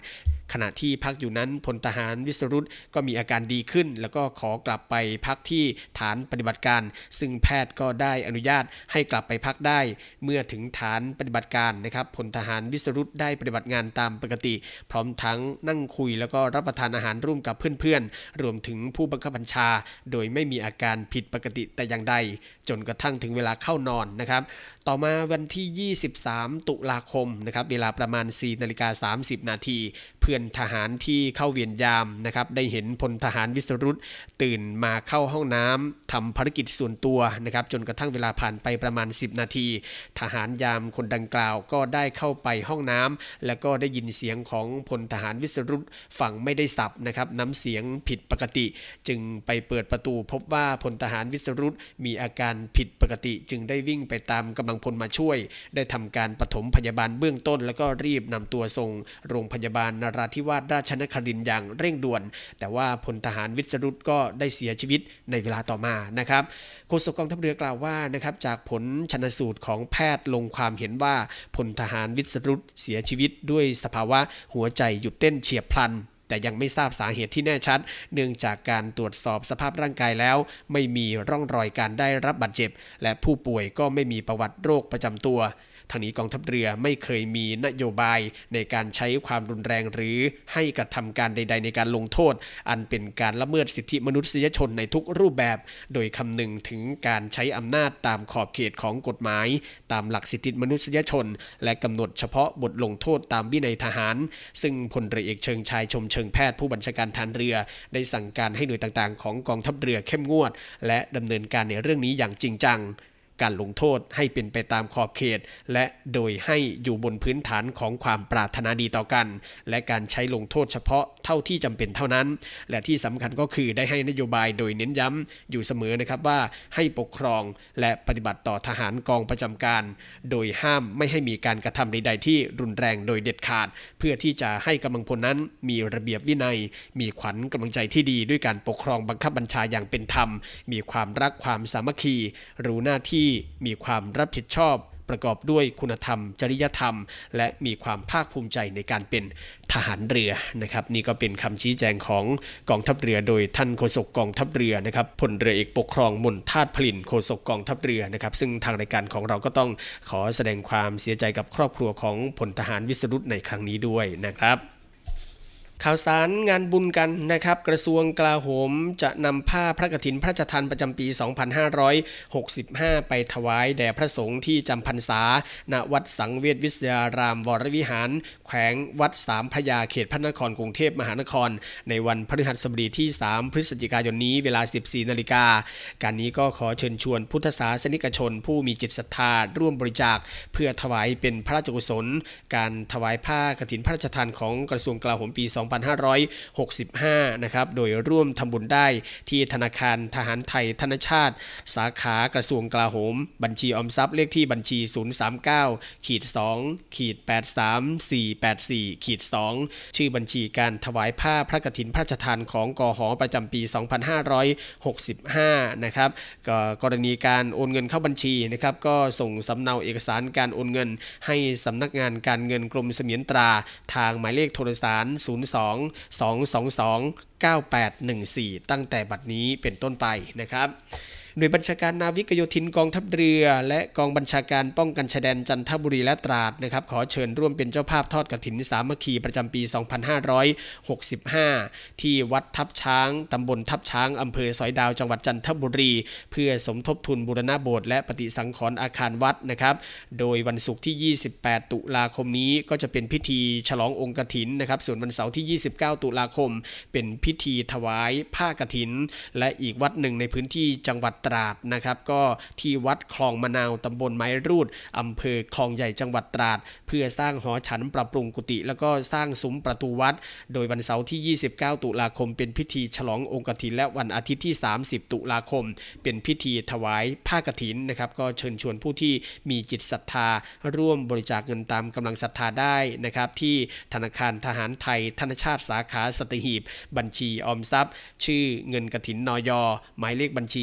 ขณะที่พักอยู่นั้นพลทหารวิสรุตก็มีอาการดีขึ้นแล้วก็ขอกลับไปพักที่ฐานปฏิบัติการซึ่งแพทย์ก็ได้อนุญาตให้กลับไปพักได้เมื่อถึงฐานปฏิบัติการนะครับพลทหารวิสรุตได้ปฏิบัติงานตามปกติพร้อมทั้งนั่งคุยแล้วก็รับประทานอาหารร่วมกับเพื่อนๆรวมถึงผู้บังคับบัญชาโดยไม่มีอาการผิดปกติแต่อย่างใดจนกระทั่งถึงเวลาเข้านอนนะครับต่อมาวันที่ยี่สิบสามตุลาคมนะครับเวลาประมาณ สี่นาฬิกาสามสิบนาทีเพื่อนทหารที่เข้าเวียนยามนะครับได้เห็นพลทหารวิสรุตตื่นมาเข้าห้องน้ำทำภารกิจส่วนตัวนะครับจนกระทั่งเวลาผ่านไปประมาณสิบนาทีทหารยามคนดังกล่าวก็ได้เข้าไปห้องน้ำแล้วก็ได้ยินเสียงของพลทหารวิสรุตฟังไม่ได้สับนะครับน้ำเสียงผิดปกติจึงไปเปิดประตูพบว่าพลทหารวิสรุตมีอาการผิดปกติจึงได้วิ่งไปตามกำลังพลมาช่วยได้ทำการปฐมพยาบาลเบื้องต้นแล้วก็รีบนำตัวส่งโรงพยาบาลนราธิวาสราชนครินทร์อย่างเร่งด่วนแต่ว่าพลทหารวิสรุตก็ได้เสียชีวิตในเวลาต่อมานะครับโฆษกกองทัพเรือกล่าวว่านะครับจากผลชันสูตรของแพทย์ลงความเห็นว่าพลทหารวิสรุตเสียชีวิตด้วยสภาวะหัวใจหยุดเต้นเฉียบพลันแต่ยังไม่ทราบสาเหตุที่แน่ชัดเนื่องจากการตรวจสอบสภาพร่างกายแล้วไม่มีร่องรอยการได้รับบาดเจ็บและผู้ป่วยก็ไม่มีประวัติโรคประจำตัวทางนี้กองทัพเรือไม่เคยมีนโยบายในการใช้ความรุนแรงหรือให้กระทำการใดๆในการลงโทษอันเป็นการละเมิดสิทธิมนุษยชนในทุกรูปแบบโดยคำนึงถึงการใช้อำนาจตามขอบเขตของกฎหมายตามหลักสิทธิมนุษยชนและกำหนดเฉพาะบทลงโทษตามวินัยทหารซึ่งพลเรือเอกเชิงชายชมเชิงแพทย์ผู้บัญชาการฐานเรือได้สั่งการให้หน่วยต่างๆของกองทัพเรือเข้มงวดและดำเนินการในเรื่องนี้อย่างจริงจังการลงโทษให้เป็นไปตามขอบเขตและโดยให้อยู่บนพื้นฐานของความปรารถนาดีต่อกันและการใช้ลงโทษเฉพาะเท่าที่จำเป็นเท่านั้นและที่สำคัญก็คือได้ให้นโยบายโดยเน้นย้ำอยู่เสมอนะครับว่าให้ปกครองและปฏิบัติต่อทหารกองประจำการโดยห้ามไม่ให้มีการกระทำใดๆที่รุนแรงโดยเด็ดขาดเพื่อที่จะให้กำลังพลนั้นมีระเบียบวินัยมีขวัญกำลังใจที่ดีด้วยการปกครองบังคับบัญชาอย่างเป็นธรรมมีความรักความสามัคคีรู้หน้าที่มีความรับผิดชอบประกอบด้วยคุณธรรมจริยธรรมและมีความภาคภูมิใจในการเป็นทหารเรือนะครับนี่ก็เป็นคำชี้แจงของกองทัพเรือโดยท่านโฆษกกองทัพเรือนะครับพลเรือเอกปกครองมนทาตผลินโฆษกกองทัพเรือนะครับซึ่งทางรายการของเราก็ต้องขอแสดงความเสียใจกับครอบครัวของพลทหารวิสรุตในครั้งนี้ด้วยนะครับข่าวสารงานบุญกันนะครับกระทรวงกลาโหมจะนำผ้าพระกฐินพระราชทานประจำปีสองพันห้าร้อยหกสิบห้าไปถวายแด่พระสงฆ์ที่จำพรรษาณวัดสังเวชวิทยารามวรวิหารแขวงวัดสามพระยาเขตพระนครกรุงเทพมหานครในวันพฤหัสบดีที่สามพฤศจิกายนนี้เวลา สิบสี่นาฬิกาการนี้ก็ขอเชิญชวนพุทธศาสนิกชนผู้มีจิตศรัทธาร่วมบริจาคเพื่อถวายเป็นพระราชกุศลการถวายผ้ากฐินพระราชทานของกระทรวงกลาโหมปีสองพันห้าร้อยหกสิบห้านะครับโดยร่วมทำบุญได้ที่ธนาคารทหารไทยธนชาติสาขากระทรวงกลาโหมบัญชีออมทรัพย์เลขที่บัญชี ศูนย์ สาม เก้า สอง แปด สาม สี่ แปด สี่ สอง ชื่อบัญชีการถวายผ้าพระกฐินพระราชทานของกหประจำปีสองพันห้าร้อยหกสิบห้านะครับก็กรณีการโอนเงินเข้าบัญชีนะครับก็ส่งสำเนาเอกสารการโอนเงินให้สำนักงานการเงินกรมเสมียนตราทางหมายเลขโทรศัพท์ศูนย์ สอง สอง สอง สอง เก้า แปด หนึ่ง สี่ ตั้งแต่บัดนี้เป็นต้นไปนะครับโดยบัญชาการนาวิกโยธินกองทัพเรือและกองบัญชาการป้องกันชายแดนจันทบุรีและตราดนะครับขอเชิญร่วมเป็นเจ้าภาพทอดกฐินสามัคคีประจำปีสองพันห้าร้อยหกสิบห้าที่วัดทับช้างตำบลทับช้างอำเภอสอยดาวจังหวัดจันทบุรีเพื่อสมทบทุนบูรณะโบสถ์และปฏิสังขรณ์อาคารวัดนะครับโดยวันศุกร์ที่ยี่สิบแปดตุลาคมนี้ก็จะเป็นพิธีฉลององค์กฐินนะครับส่วนวันเสาร์ที่ยี่สิบเก้าตุลาคมเป็นพิธีถวายผ้ากฐินและอีกวัดหนึ่งในพื้นที่จังหวัดตราดนะครับก็ที่วัดคลองมะนาวตำบลไม้รูดอำเภอคลองใหญ่จังหวัดตราดเพื่อสร้างหอฉันปรับปรุงกุฏิแล้วก็สร้างซุ้มประตูวัดโดยวันเสาร์ที่ยี่สิบเก้าตุลาคมเป็นพิธีฉลององค์กฐินและวันอาทิตย์ที่สามสิบตุลาคมเป็นพิธีถวายผ้ากฐินนะครับก็เชิญชวนผู้ที่มีจิตศรัทธาร่วมบริจาคเงินตามกำลังศรัทธาได้นะครับที่ธนาคารทหารไทยธนชาติสาขาสัตหีบบัญชีออมทรัพย์ชื่อเงินกฐินนยหมายเลขบัญชีสาม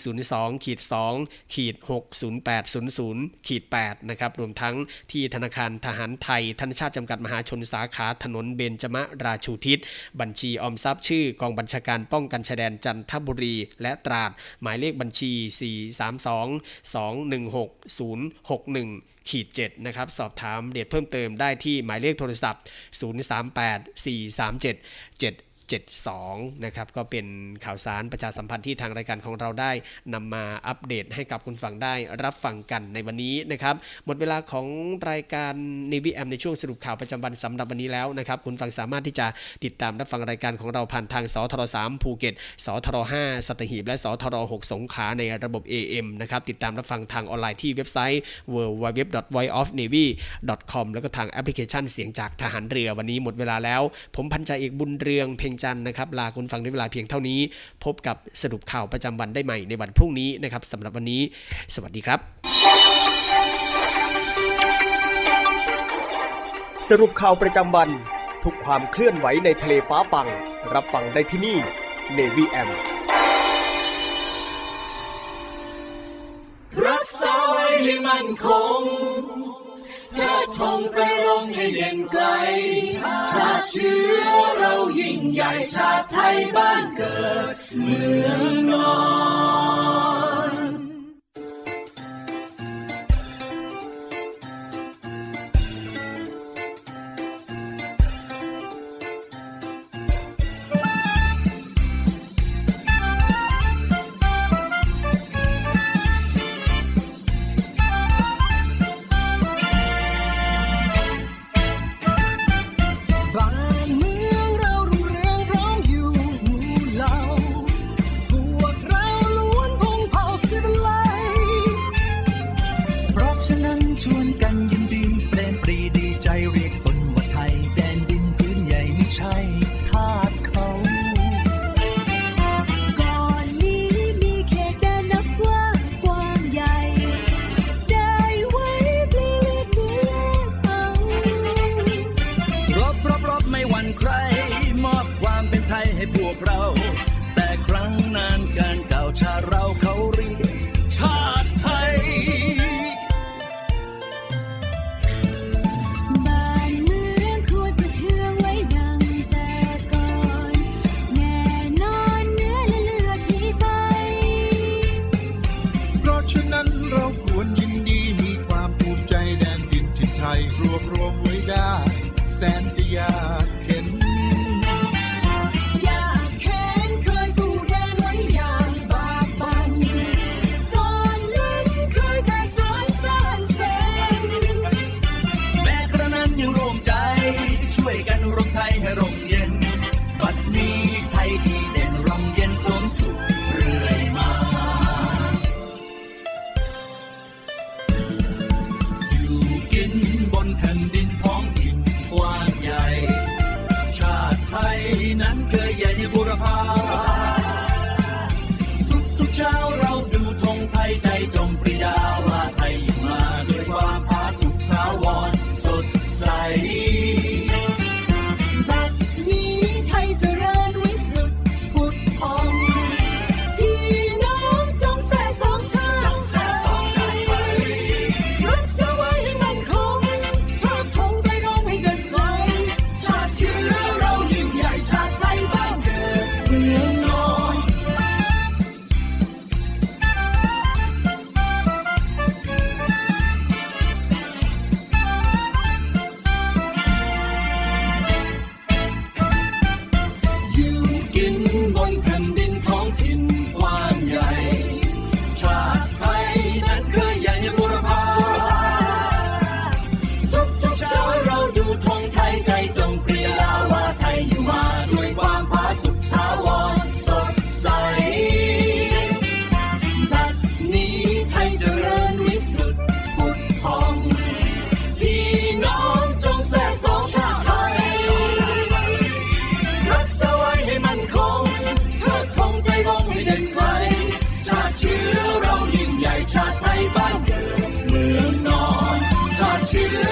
ศูนย์สอง สอง หก ศูนย์แปด ศูนย์ ศูนย์ แปด นะครับรวมทั้งที่ธนาคารทหารไทยธนชาติจำกัดมหาชนสาขาถนนเบญจมราชูทิศบัญชีออมทรัพย์ชื่อกองบัญชาการป้องกันชายแดนจันทบุรีและตราดหมายเลขบัญชี สี่ สาม สอง สอง หนึ่ง หก ศูนย์ หก หนึ่ง ขีดเจ็ดนะครับสอบถามเดชเพิ่มเติมได้ที่หมายเลขโทรศัพท์ศูนย์ สาม แปด สี่ สาม เจ็ด เจ็ด เจ็ดสองนะครับก็เป็นข่าวสารประชาสัมพันธ์ที่ทางรายการของเราได้นำมาอัปเดตให้กับคุณฟังได้รับฟังกันในวันนี้นะครับหมดเวลาของรายการ Navy เอ็ม ในช่วงสรุปข่าวประจำวันสำหรับวันนี้แล้วนะครับคุณฟังสามารถที่จะติดตามรับฟังรายการของเราผ่านทางสทรสามภูเก็ตสทรห้าสัตหีบและสทรหกสงขลาในระบบ เอ เอ็ม นะครับติดตามรับฟังทางออนไลน์ที่เว็บไซต์ ดับเบิลยู ดับเบิลยู ดับเบิลยู ดอท voice of navy ดอท คอม แล้วก็ทางแอปพลิเคชันเสียงจากทหารเรือวันนี้หมดเวลาแล้วผมพันจ่าเอกบุญเรืองเพ็งจันทร์นะครับลาคุณฟังด้วยเวลาเพียงเท่านี้พบกับสรุปข่าวประจำวันได้ใหม่ในวันพรุ่งนี้นะครับสำหรับวันนี้สวัสดีครับสรุปข่าวประจำวันทุกความเคลื่อนไหวในทะเลฟ้าฟังรับฟังได้ที่นี่ Navy เอ็มรักษาไว้ให้มั่นคงเธอทงไปรงให้เด่นไกลชาติเชื้อเรายิ่งใหญ่ชาติไทยบ้านเกิดเมืองนอนชวนกันยินดีเปรมปรีดีใจเรียกตนว่าไทยแดนดินพื้นใหญ่ไม่ใช่ทาสเขาก่อนนี้มีเขตแดนนับว่ากว้างใหญ่ได้ไว้ปลีเลียดเลือดเอารบรบรบไม่หวั่นใครมอบความเป็นไทยให้พวกเราแต่ครั้งนานการเก่าชาเราเขาเรียกชาติไทยรวบรวมไว้ได้แสนจะยากเข็นยากเข็นเคยกู้แดนไว้อย่างบากบั่นก่อนนั้นเคยแตกสลายสร้างเสร็จแม้กระนั้นยังร่วมใจช่วยกันร่มไทยให้ร่มเย็นบัดนี้ไทยดีเด่นร่มเย็นสมสุขเรื่อยมาแผ่นดินท้องถิ่นกว้างใหญ่ชาติไทยนั้นเคยใหญ่บูรพาทุกทุกเช้าเราดูธงไทยใจจงปรีดาว่าไทยยิ่งมาด้วยความผาสุกถาวรสดใสบัดนี้ไทยเจริญวิสุทธิ์ผุดผ่องพี่น้องจงแส่สองชาติรักษาไว้ให้มั่นคงทงไปร้องให้เดินไกลชาติเชื้อเรายิ่งใหญ่ชาติไทยบ้านเกิดเมืองนอนอยู่กินบนแผ่นดินท้องถิ่นกว้างใหญ่ชาติไทยนั้นเคยใหญ่บูรพาเราดูธงไทยใจจงปรีดาว่าไทยอยู่มาด้วยความผาสุกถาวรสดใสบัดนี้ไทยเจริญวิสุทธิ์ผุดผ่องพี่น้องจงแส่สองชาติไทยรักษาไว้ให้มั่นคงเทิดธงไทยร้องให้เด่นไกลชาติเชื้อเรายิ่งใหญ่ชาติไทยบ้านเกิดเมืองนอนชาติเชื้อ